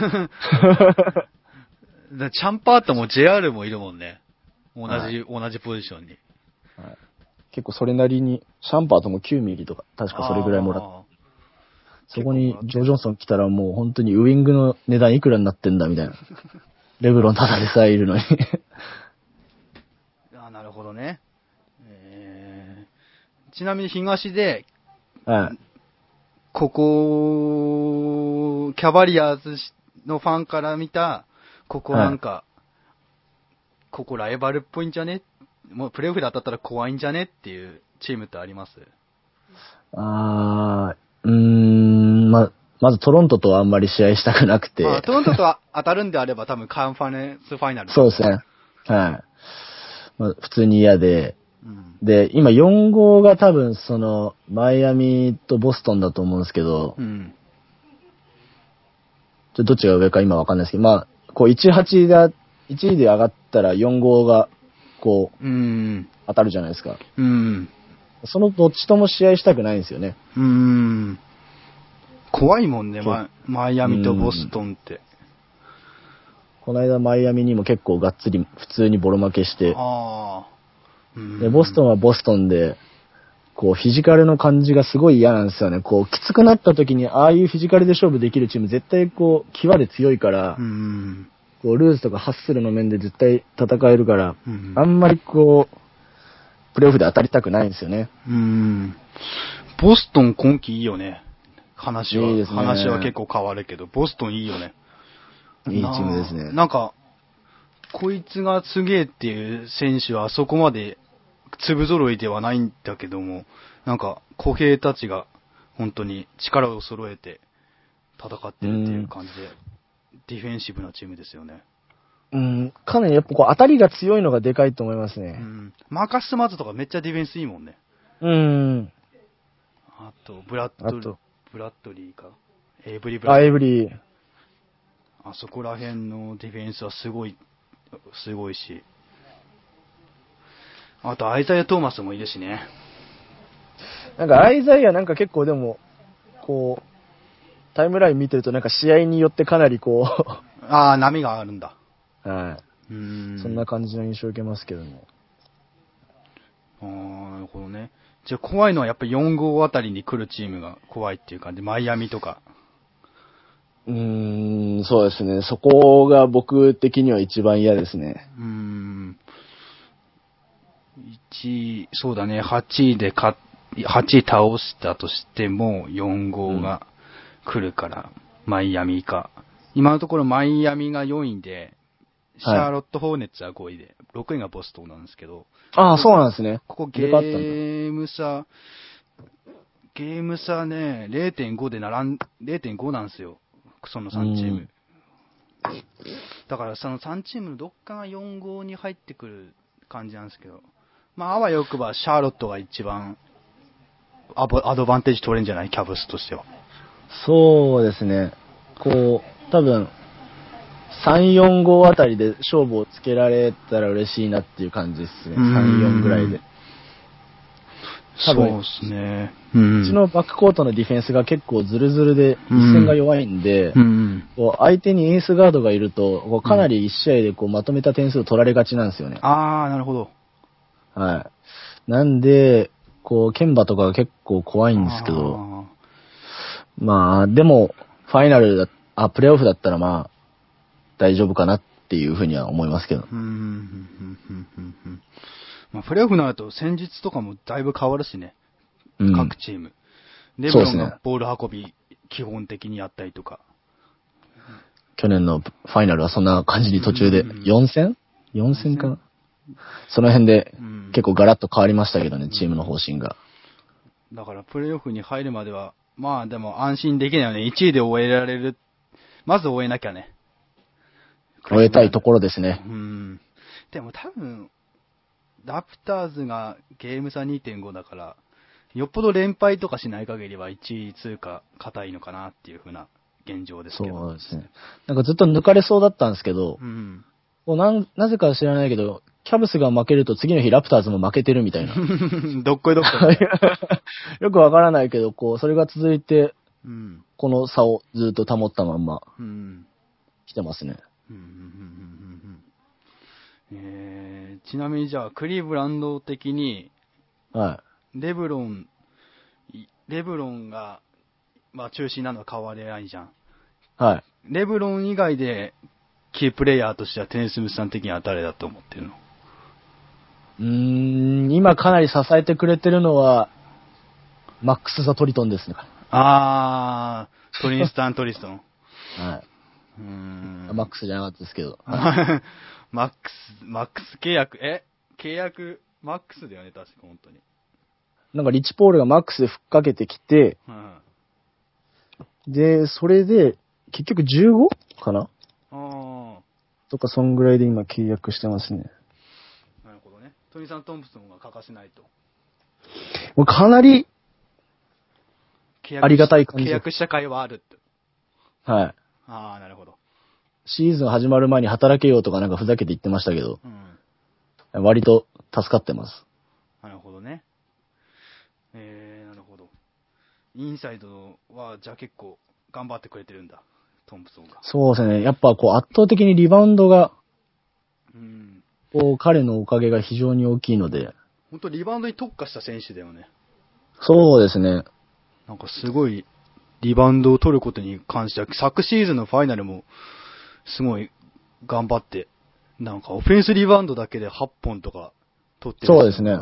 Speaker 1: ャンパートも JR もいるもんね。同じポジションに。
Speaker 2: はい、結構それなりに、シャンパーとも9ミリとか、確かそれぐらいもらって。そこにジョー・ジョンソン来たらもう本当にウイングの値段いくらになってんだみたいな。レブロンただでさえいるのに。
Speaker 1: なるほどね。ちなみに東で、
Speaker 2: はい、
Speaker 1: ここ、キャバリアーズのファンから見た、ここなんか、はい、ここライバルっぽいんじゃね？もうプレイオフで当たったら怖いんじゃねっていうチームってあります？
Speaker 2: まずトロントとはあんまり試合したくなくて。
Speaker 1: トロントと当たるんであれば多分カンファレンスファイナル。
Speaker 2: そうですね。はい。普通に嫌で。で、今4号が多分マイアミとボストンだと思うんですけど、どっちが上か今わかんないですけど、こう1-8が、1位で上がったら4号が、こう、当たるじゃないですか。そのどっちとも試合したくないんですよね。
Speaker 1: 怖いもんね、マイアミとボストンって。
Speaker 2: この間マイアミにも結構がっつり普通にボロ負けして、でボストンはボストンで、こうフィジカルの感じがすごい嫌なんですよね。こうきつくなった時にああいうフィジカルで勝負できるチーム絶対こう際で強いから、こうルーズとかハッスルの面で絶対戦えるから、あんまりこうプレーオフで当たりたくないんですよね。
Speaker 1: ボストン今季いいよね。話は、
Speaker 2: いいですね。
Speaker 1: 話は結構変わるけど、ボストンいいよね。
Speaker 2: いいチームですね。
Speaker 1: なんか、こいつがすげえっていう選手はそこまで粒揃いではないんだけども、なんか小兵たちが本当に力を揃えて戦ってるっていう感じで、ディフェンシブなチームですよね。
Speaker 2: かなりやっぱこう当たりが強いのがでかいと思いますね。
Speaker 1: マーカス・スマートとかめっちゃディフェンスいいもんね。あと、ブラッドリーか。エイブリー。
Speaker 2: エイブリー。
Speaker 1: あそこら辺のディフェンスはすごいし。あと、アイザイア・トーマスもいるしね。
Speaker 2: なんか、アイザイアなんか結構でも、こう、タイムライン見てるとなんか試合によってかなりこう
Speaker 1: 波があるんだ。
Speaker 2: はい。そんな感じの印象を受けますけどね。
Speaker 1: なるほどね。じゃあ怖いのはやっぱり4号あたりに来るチームが怖いっていう感じ。マイアミとか。
Speaker 2: そうですね。そこが僕的には一番嫌ですね。
Speaker 1: そうだね。8位倒したとしても4号が来るから、マイアミか。今のところマイアミが4位で、シャーロット・ホーネッツは5位で、6位がボストンなんですけど。
Speaker 2: そうなんですね。
Speaker 1: ここゲーム差ね、0.5 なんですよ。その3チーム。だからその3チームのどっかが4号に入ってくる感じなんですけど。あわよくばシャーロットが一番アドバンテージ取れるんじゃない？キャブスとしては。
Speaker 2: そうですね。こう、多分、3、4号あたりで勝負をつけられたら嬉しいなっていう感じですね。3、4ぐらいで。
Speaker 1: 多分そうですね。
Speaker 2: うちのバックコートのディフェンスが結構ズルズルで、一線が弱いんで、こう相手にエースガードがいると、こうかなり1試合でこうまとめた点数を取られがちなんですよね。
Speaker 1: なるほど。
Speaker 2: はい。なんで、こう、ケンバとかが結構怖いんですけど、でも、プレイオフだったら大丈夫かなっていうふうには思いますけど。
Speaker 1: プレイオフになると戦術とかもだいぶ変わるしね。各チーム。レブロンがボール運び基本的にやったりとか。
Speaker 2: 去年のファイナルはそんな感じに途中で、4戦かな、その辺で結構ガラッと変わりましたけどね、チームの方針が。
Speaker 1: だからプレイオフに入るまでは、でも安心できないよね。1位で終えられるまず終えなきゃね。
Speaker 2: 終えたいところですね。
Speaker 1: でも多分、ラプターズがゲーム差 2.5 だから、よっぽど連敗とかしない限りは1位通過硬いのかなっていう風な現状ですけど。
Speaker 2: そうですね。なんかずっと抜かれそうだったんですけど、もうなぜか知らないけど、キャブスが負けると次の日ラプターズも負けてるみたいな。
Speaker 1: どっこいどっこい。
Speaker 2: よくわからないけど、こう、それが続いて、この差をずっと保ったまんま、来てますね。
Speaker 1: ちなみにじゃあ、クリーブランド的に、レブロンが、まあ中心なのは変わりないじゃん。レブロン以外で、キープレイヤーとしてはテネスムスさん的には誰だと思ってるの？
Speaker 2: 今かなり支えてくれてるのは、マックス・ザ・トリトンですね。
Speaker 1: トリンスタン・トリストン。
Speaker 2: マックスじゃなかったですけど。
Speaker 1: マックス契約、マックスだよね、確か、本当に。
Speaker 2: なんかリッチ・ポールがマックスでふっかけてきて、で、それで、結局 15? かなとか、そんぐらいで今契約してますね。
Speaker 1: なるほどね。トニーさん・トンプソンが欠かせないと。
Speaker 2: もうかなり、ありがたい感じ。
Speaker 1: 契約した会はあるって。
Speaker 2: な
Speaker 1: るほど。
Speaker 2: シーズン始まる前に働けようとかなんかふざけて言ってましたけど、割と助かってます。
Speaker 1: なるほどね。なるほど。インサイドは、じゃあ結構頑張ってくれてるんだ。トンプソンが。
Speaker 2: そうですね。やっぱこう圧倒的にリバウンドが、こう彼のおかげが非常に大きいので。
Speaker 1: 本当リバウンドに特化した選手だよね。
Speaker 2: そうですね。
Speaker 1: なんかすごいリバウンドを取ることに関しては、昨シーズンのファイナルもすごい頑張って、なんかオフェンスリバウンドだけで8本とか取ってる。
Speaker 2: そうですね。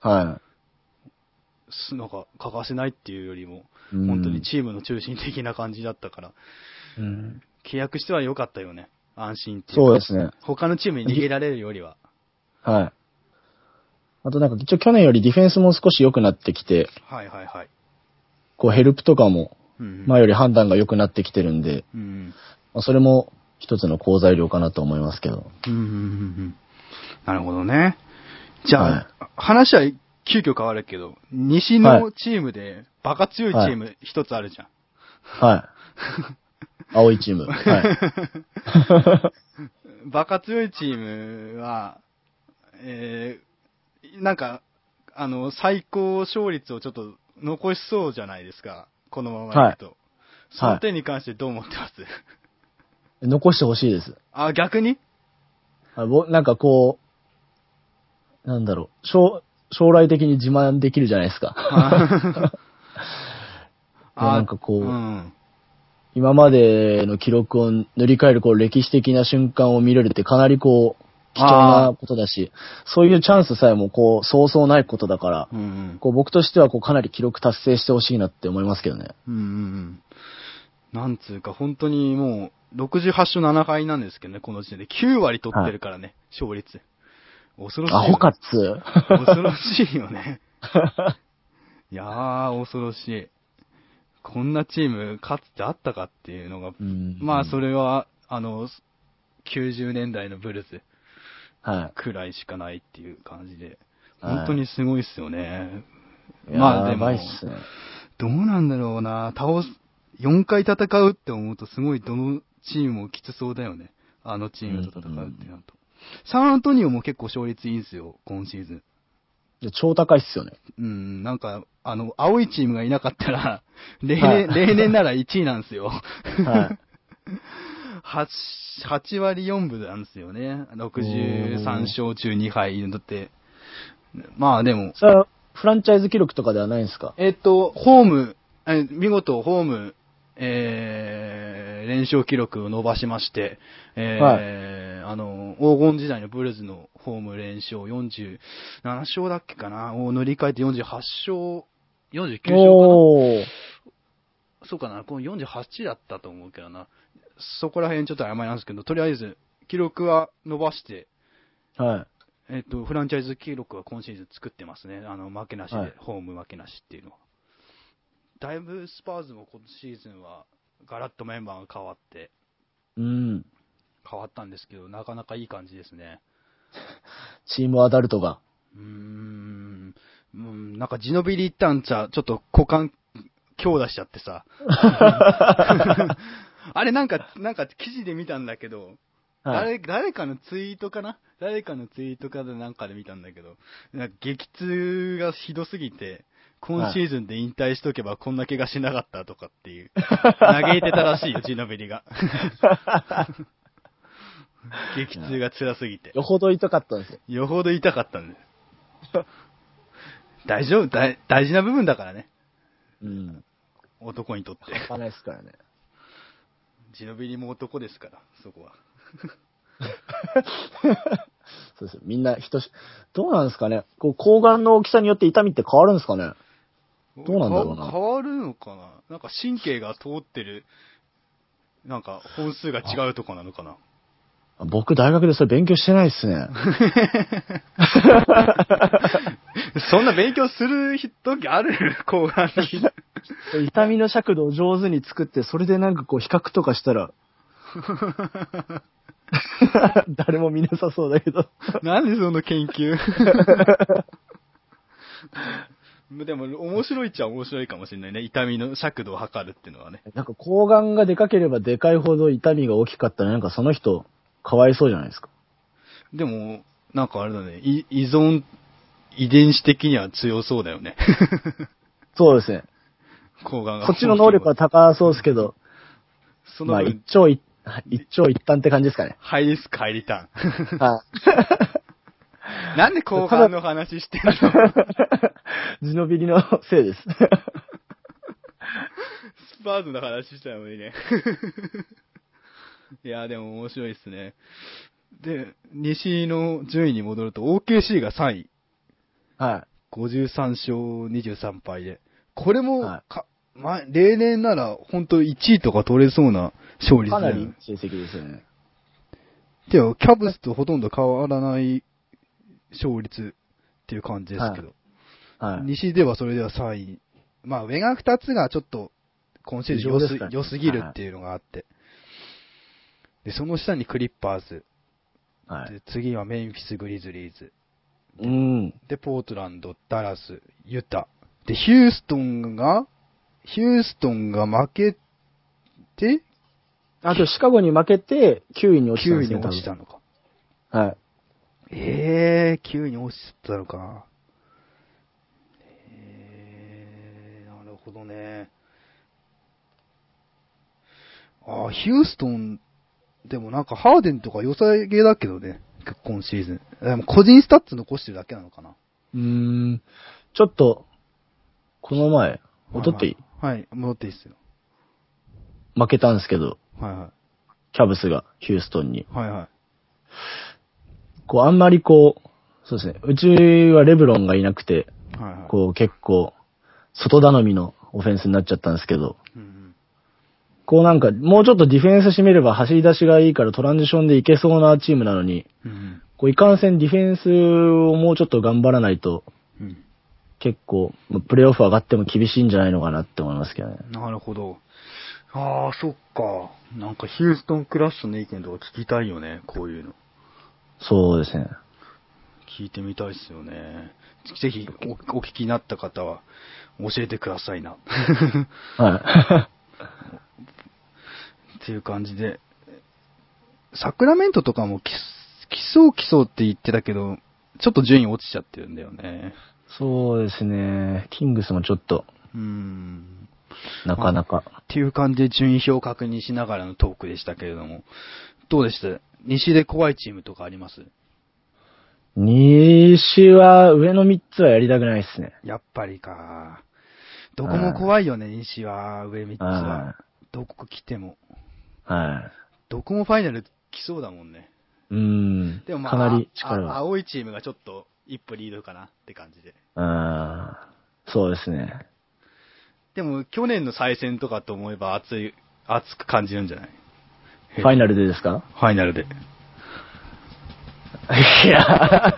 Speaker 1: なんか欠かせないっていうよりも、本当にチームの中心的な感じだったから、契約しては良かったよね。安心っていうか。
Speaker 2: そうですね。
Speaker 1: 他のチームに逃げられるよりは。
Speaker 2: あとなんか一応去年よりディフェンスも少し良くなってきて、こうヘルプとかも前より判断が良くなってきてるんで、それも一つの好材料かなと思いますけど。
Speaker 1: なるほどね。じゃあ、話は急遽変わるけど、西のチームでバカ強いチーム一つあるじゃん。
Speaker 2: 青いチーム。
Speaker 1: バカ強いチームは、なんか、最高勝率をちょっと残しそうじゃないですか。このままいくと。その点に関してどう思ってます？
Speaker 2: 残してほしいです。
Speaker 1: 逆に？
Speaker 2: なんかこう、なんだろう、将来的に自慢できるじゃないですか。なんかこう、今までの記録を塗り替えるこう歴史的な瞬間を見れるってかなりこう、貴重なことだし、そういうチャンスさえもこう、そうそうないことだから、こう僕としてはこうかなり記録達成してほしいなって思いますけどね。
Speaker 1: なんつうか本当にもう、68勝7敗なんですけどね、この時点で。9割取ってるからね、勝率。恐ろしい。
Speaker 2: アホかっつ。
Speaker 1: 恐ろしいよね。いやー、恐ろしい。こんなチームかつてあったかっていうのが、まあそれは、90年代のブルズくらいしかないっていう感じで、本当にすごいっすよね。まあでも、どうなんだろうな、4回戦うって思うとすごいどのチームもきつそうだよね。あのチームと戦うってなると。サンアントニオも結構勝率いいんですよ、今シーズン。
Speaker 2: 超高いっすよね。
Speaker 1: なんか、青いチームがいなかったら、例年なら1位なんですよ。8割4分なんですよね。63勝中2敗。だって、まあでも。
Speaker 2: さあ、フランチャイズ記録とかではないんですか？
Speaker 1: ホーム、見事ホーム、連勝記録を伸ばしまして、黄金時代のブルズのホーム連勝47勝だっけかなを塗り替えて48勝、49勝かなそうかなこの48だったと思うけどな。そこら辺ちょっと曖昧なんですけど、とりあえず、記録は伸ばして、フランチャイズ記録は今シーズン作ってますね。負けなしで、ホーム負けなしっていうのは。だいぶスパーズも今シーズンはガラッとメンバーが変わって、
Speaker 2: うん。
Speaker 1: 変わったんですけど、なかなかいい感じですね。
Speaker 2: チームアダルトが。
Speaker 1: なんかジノビリタンチャ、ちょっと股間、強打しちゃってさ。あれなんか記事で見たんだけど、
Speaker 2: はい、
Speaker 1: 誰かのツイートかな誰かのツイートかでなんかで見たんだけど、なんか激痛がひどすぎて、今シーズンで引退しとけばこんな怪我しなかったとかっていう、嘆いてたらしいよ、ジノビリが。激痛が辛すぎて。
Speaker 2: よほど痛かったんですよ。
Speaker 1: よほど痛かったんです。大丈夫、大事な部分だからね。
Speaker 2: うん。
Speaker 1: 男にとって。
Speaker 2: 半端ないですからね。
Speaker 1: ジノビリも男ですから、そこは。
Speaker 2: そうですよ。みんなどうなんですかね。こう、睾丸の大きさによって痛みって変わるんですかね。どうなんだろうな。
Speaker 1: 変わるのかな。なんか神経が通ってる、なんか本数が違うとかなのかな。
Speaker 2: 僕、大学でそれ勉強してないっすね。
Speaker 1: そんな勉強する時ある後半に。
Speaker 2: 痛みの尺度を上手に作って、それでなんかこう比較とかしたら、誰も見なさそうだけど。
Speaker 1: なんでその研究でも面白いっちゃ面白いかもしれないね。痛みの尺度を測るっていうのはね。
Speaker 2: なんか睾丸がでかければでかいほど痛みが大きかったらなんかその人、かわいそうじゃないですか。
Speaker 1: でも、なんかあれだね。遺伝子的には強そうだよね。
Speaker 2: そうですね。
Speaker 1: 睾丸が。
Speaker 2: そっちの能力は高そうですけど、
Speaker 1: その分、
Speaker 2: まあ一長一短って感じですかね。
Speaker 1: ハイリスク、ハイリターン。
Speaker 2: はい。
Speaker 1: なんで後半の話してんの
Speaker 2: ジノビリのせいです。
Speaker 1: スパーズの話したのにね。いや、でも面白いですね。で、西の順位に戻ると OKC が3位。
Speaker 2: はい。
Speaker 1: 53勝23敗で。これも、
Speaker 2: は
Speaker 1: 例年なら本当1位とか取れそうな勝率
Speaker 2: かな
Speaker 1: だよね。
Speaker 2: り成績ですよね。
Speaker 1: では、キャブスとほとんど変わらない勝率っていう感じですけど。
Speaker 2: はい。
Speaker 1: 西ではそれでは3位。まあ上が2つがちょっと今シーズン良すぎるっていうのがあって。で、その下にクリッパーズ。
Speaker 2: はい。
Speaker 1: で、次はメンフィス・グリズリーズ。で、ポートランド、ダラス、ユタ。で、ヒューストンが負けて、
Speaker 2: あとシカゴに負けて9位に落ちたんですね。
Speaker 1: 9位に落ちたのか。
Speaker 2: はい。
Speaker 1: 9位に落ちたのか。なるほどね。ヒューストン、でもなんかハーデンとか良さげだけどね、今シーズン。でも個人スタッツ残してるだけなのかな。
Speaker 2: ちょっと、この前、戻っていい？
Speaker 1: はい、戻っていいっすよ。
Speaker 2: 負けたんですけど、
Speaker 1: はいはい。
Speaker 2: キャブスがヒューストンに。
Speaker 1: はいはい。
Speaker 2: こう、あんまりこう、そうですね、うちはレブロンがいなくて、
Speaker 1: はいはい、
Speaker 2: こう結構、外頼みのオフェンスになっちゃったんですけど、こうなんか、もうちょっとディフェンス締めれば走り出しがいいからトランジションでいけそうなチームなのに、こういかんせんディフェンスをもうちょっと頑張らないと、結構、プレイオフ上がっても厳しいんじゃないのかなって思いますけどね。
Speaker 1: なるほど。ああ、そっか。なんかヒューストンクラッシュの意見とか聞きたいよね、こういうの。
Speaker 2: そうですね。
Speaker 1: 聞いてみたいですよね。ぜひお聞きになった方は教えてくださいな。
Speaker 2: はい。
Speaker 1: っていう感じで。サクラメントとかも来そうって言ってたけど、ちょっと順位落ちちゃってるんだよね。
Speaker 2: そうですね。キングスもちょっと。なかなか、
Speaker 1: っていう感じで順位表を確認しながらのトークでしたけれども。どうでした？西で怖いチームとかあります？
Speaker 2: 西は上の3つはやりたくないですね。
Speaker 1: やっぱりか。どこも怖いよね、西は。上3つは。どこ来ても。
Speaker 2: はい。
Speaker 1: どこもファイナル来そうだもんね。でもまあ、
Speaker 2: かなり力が。
Speaker 1: 青いチームがちょっと一歩リードかなって感じで。
Speaker 2: そうですね。
Speaker 1: でも去年の再戦とかと思えば熱く感じるんじゃない？
Speaker 2: ファイナルでですか？
Speaker 1: ファイナルで。
Speaker 2: いや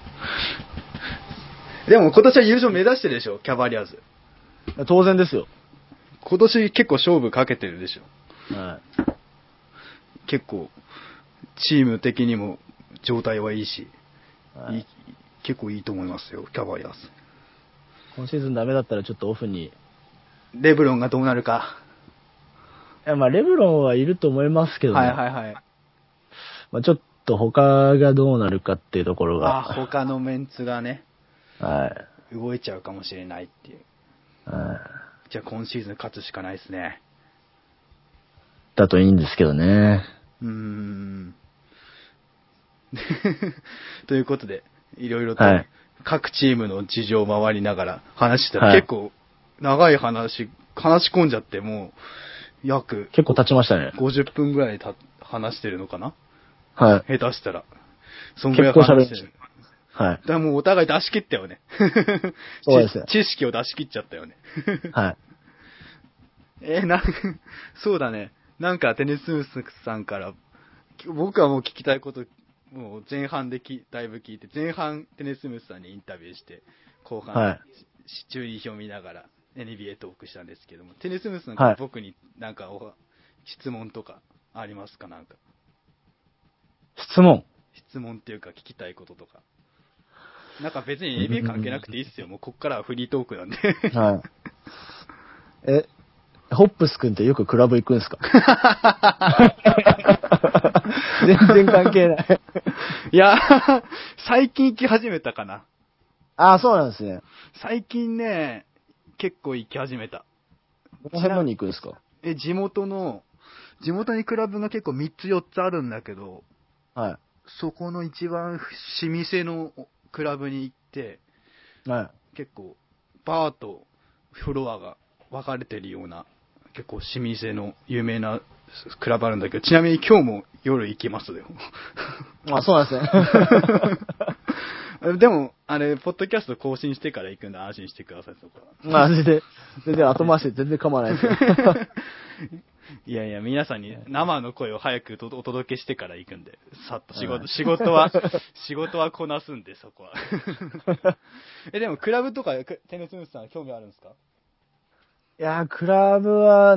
Speaker 1: でも今年は優勝目指してるでしょ、キャバリアーズ。
Speaker 2: 当然ですよ。
Speaker 1: 今年結構勝負かけてるでしょ。
Speaker 2: はい。
Speaker 1: 結構、チーム的にも状態はいいし、
Speaker 2: はい
Speaker 1: 結構いいと思いますよ、キャバリアーズ。
Speaker 2: 今シーズンダメだったらちょっとオフに。
Speaker 1: レブロンがどうなるか。
Speaker 2: いや、まあ、レブロンはいると思いますけどね。
Speaker 1: はいはいはい。
Speaker 2: まあ、ちょっと他がどうなるかっていうところが。
Speaker 1: 他のメンツがね、
Speaker 2: はい。
Speaker 1: 動いちゃうかもしれないっていう。
Speaker 2: はい。
Speaker 1: じゃあ今シーズン勝つしかないですね。
Speaker 2: だといいんですけどね。
Speaker 1: ということで、いろいろと
Speaker 2: はい
Speaker 1: 各チームの事情を回りながら話したら、
Speaker 2: はい
Speaker 1: 結構長い話し込んじゃってもう約
Speaker 2: 結構経ちましたね。
Speaker 1: 50分ぐらい話してるのかな、
Speaker 2: はい。
Speaker 1: 下手したら。そんぐらい
Speaker 2: 結構喋る
Speaker 1: 話してる。。
Speaker 2: はい。
Speaker 1: だからもうお互い出し切ったよね。
Speaker 2: そうですね
Speaker 1: 知識を出し切っちゃったよね。
Speaker 2: はい。
Speaker 1: そうだね。なんかテネスムスさんから、僕はもう聞きたいこと、もう前半でだいぶ聞いて、前半テネスムスさんにインタビューして、後半、
Speaker 2: はい
Speaker 1: 注意表を見ながら NBA トークしたんですけども、テネスムスさんから僕になんか質問とかありますか？なんか。
Speaker 2: 質問
Speaker 1: っていうか聞きたいこととか。なんか別に NBA 関係なくていいっすよ。もうこっからはフリートークなんで。
Speaker 2: はい。ホップス君ってよくクラブ行くんですか？全然関係ない。
Speaker 1: いや、最近行き始めたかな。
Speaker 2: ああ、そうなんですね。
Speaker 1: 最近ね、結構行き始めた。
Speaker 2: この辺のに行くんですか？
Speaker 1: 地元にクラブが結構3つ4つあるんだけど、
Speaker 2: はい。
Speaker 1: そこの一番老舗のクラブに行って、
Speaker 2: はい。
Speaker 1: 結構バーとフロアが分かれてるような、結構老舗の有名なクラブあるんだけど、ちなみに今日も夜行きますよ。
Speaker 2: あ、そうなんですね。
Speaker 1: でも、あれ、ポッドキャスト更新してから行くんで安心してください、そこは。
Speaker 2: まあ、全然後回して全然構わないですよ。
Speaker 1: いやいや、皆さんに生の声を早くお届けしてから行くんで、さっと仕事はこなすんで、そこは。でも、クラブとか、テネスムスさん興味あるんですか？
Speaker 2: いやー、クラブは、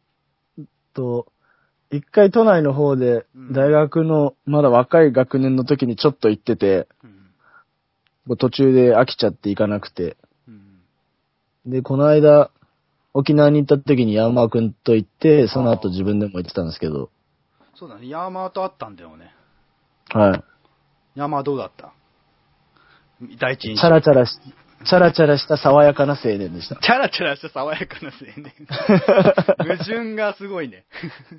Speaker 2: 一回都内の方で、大学のまだ若い学年の時にちょっと行ってて、もう途中で飽きちゃって行かなくて。で、この間、沖縄に行った時にヤーマー君と行って、その後自分でも行ってたんですけど。
Speaker 1: そうだね、ヤーマーと会ったんだよね。
Speaker 2: はい。
Speaker 1: ヤーマーどうだった？第一印象。
Speaker 2: チャラチャラした爽やかな青年でした。
Speaker 1: チャラチャラした爽やかな青年。矛盾がすごいね。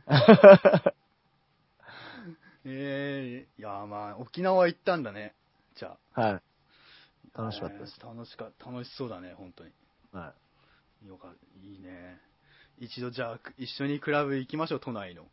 Speaker 1: いや、まあ、沖縄行ったんだね。じゃあ。
Speaker 2: はい。楽しかったです。
Speaker 1: 楽しそうだね、本当に。
Speaker 2: はい。
Speaker 1: いいね。一度じゃあ、一緒にクラブ行きましょう、都内の。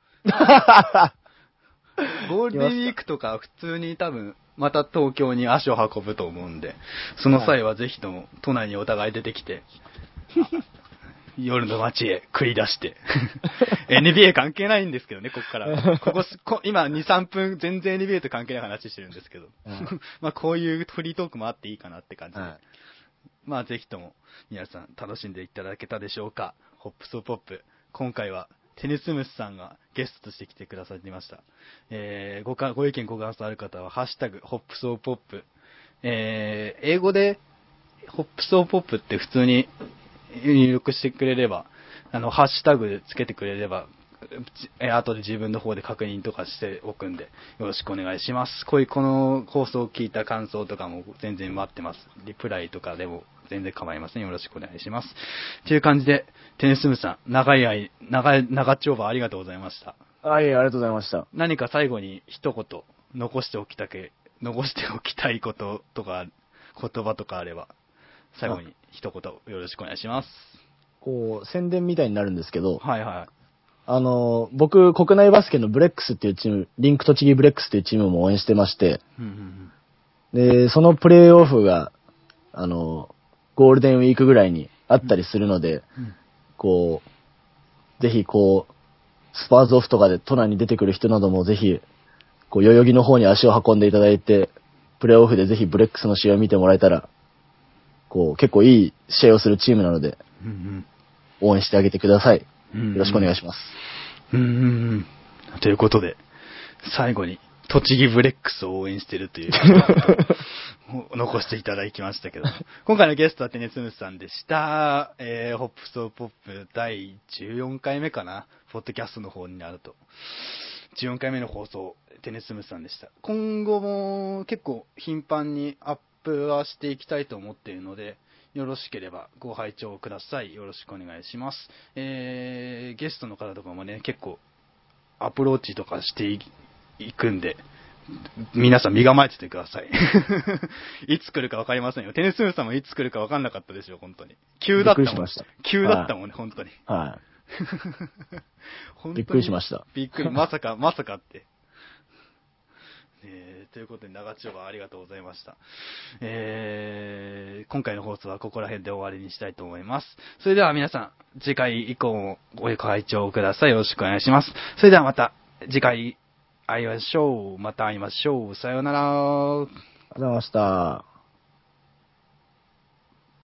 Speaker 1: ゴールデンウィークとか普通に多分、また東京に足を運ぶと思うんで、その際はぜひとも都内にお互い出てきて、夜の街へ繰り出して。NBA 関係ないんですけどね、こっから。今2、3分全然 NBA と関係ない話してるんですけど。まあこういうフリートークもあっていいかなって感じで。まあぜひとも皆さん楽しんでいただけたでしょうか。ホップソーポップ。今回はテネスムスさんがゲストとして来てくださっていました。ご意見ご感想ある方は、ハッシュタグ、ホップソーポップ。英語で、ホップソーポップって普通に入力してくれれば、ハッシュタグつけてくれれば、後で自分の方で確認とかしておくんで、よろしくお願いします。この放送を聞いた感想とかも全然待ってます。リプライとかでも全然構いません。よろしくお願いします。という感じで、テネスムさん、長丁場ありがとうございました。
Speaker 2: ありがとうございました。
Speaker 1: 何か最後に一言、残しておきたいこととか、言葉とかあれば、最後に一言よろしくお願いします。
Speaker 2: 宣伝みたいになるんですけど、
Speaker 1: はいはい。
Speaker 2: 僕、国内バスケのブレックスっていうチーム、リンク栃木ブレックスっていうチームも応援してまして、で、そのプレイオフが、ゴールデンウィークぐらいにあったりするので、ぜひスパーズオフとかで都内に出てくる人などもぜひ、代々木の方に足を運んでいただいて、プレイオフでぜひブレックスの試合を見てもらえたら、結構いい試合をするチームなので、応援してあげてください。よろしくお願いします。
Speaker 1: ということで、最後に、栃木ブレックスを応援してるという残していただきましたけど、今回のゲストはテネスムスさんでした。ホップストポップ第14回目かな、ポッドキャストの方になると。14回目の放送、テネスムスさんでした。今後も結構頻繁にアップはしていきたいと思っているので、よろしければご拝聴ください。よろしくお願いします。ゲストの方とかもね、結構アプローチとかしていくんで、皆さん身構えててください。いつ来るか分かりませんよ。テネスムさんもいつ来るか分かんなかったでしょ、本当に。急だったもん。急だったもんね、本当に。
Speaker 2: はい。びっくりしました。
Speaker 1: びっくり、まさかって。ということで、長丁場ありがとうございました。今回の放送はここら辺で終わりにしたいと思います。それでは皆さん、次回以降もご会聴ください。よろしくお願いします。それではまた次回会いましょう。また会いましょう。さようなら。
Speaker 2: ありがとうございました。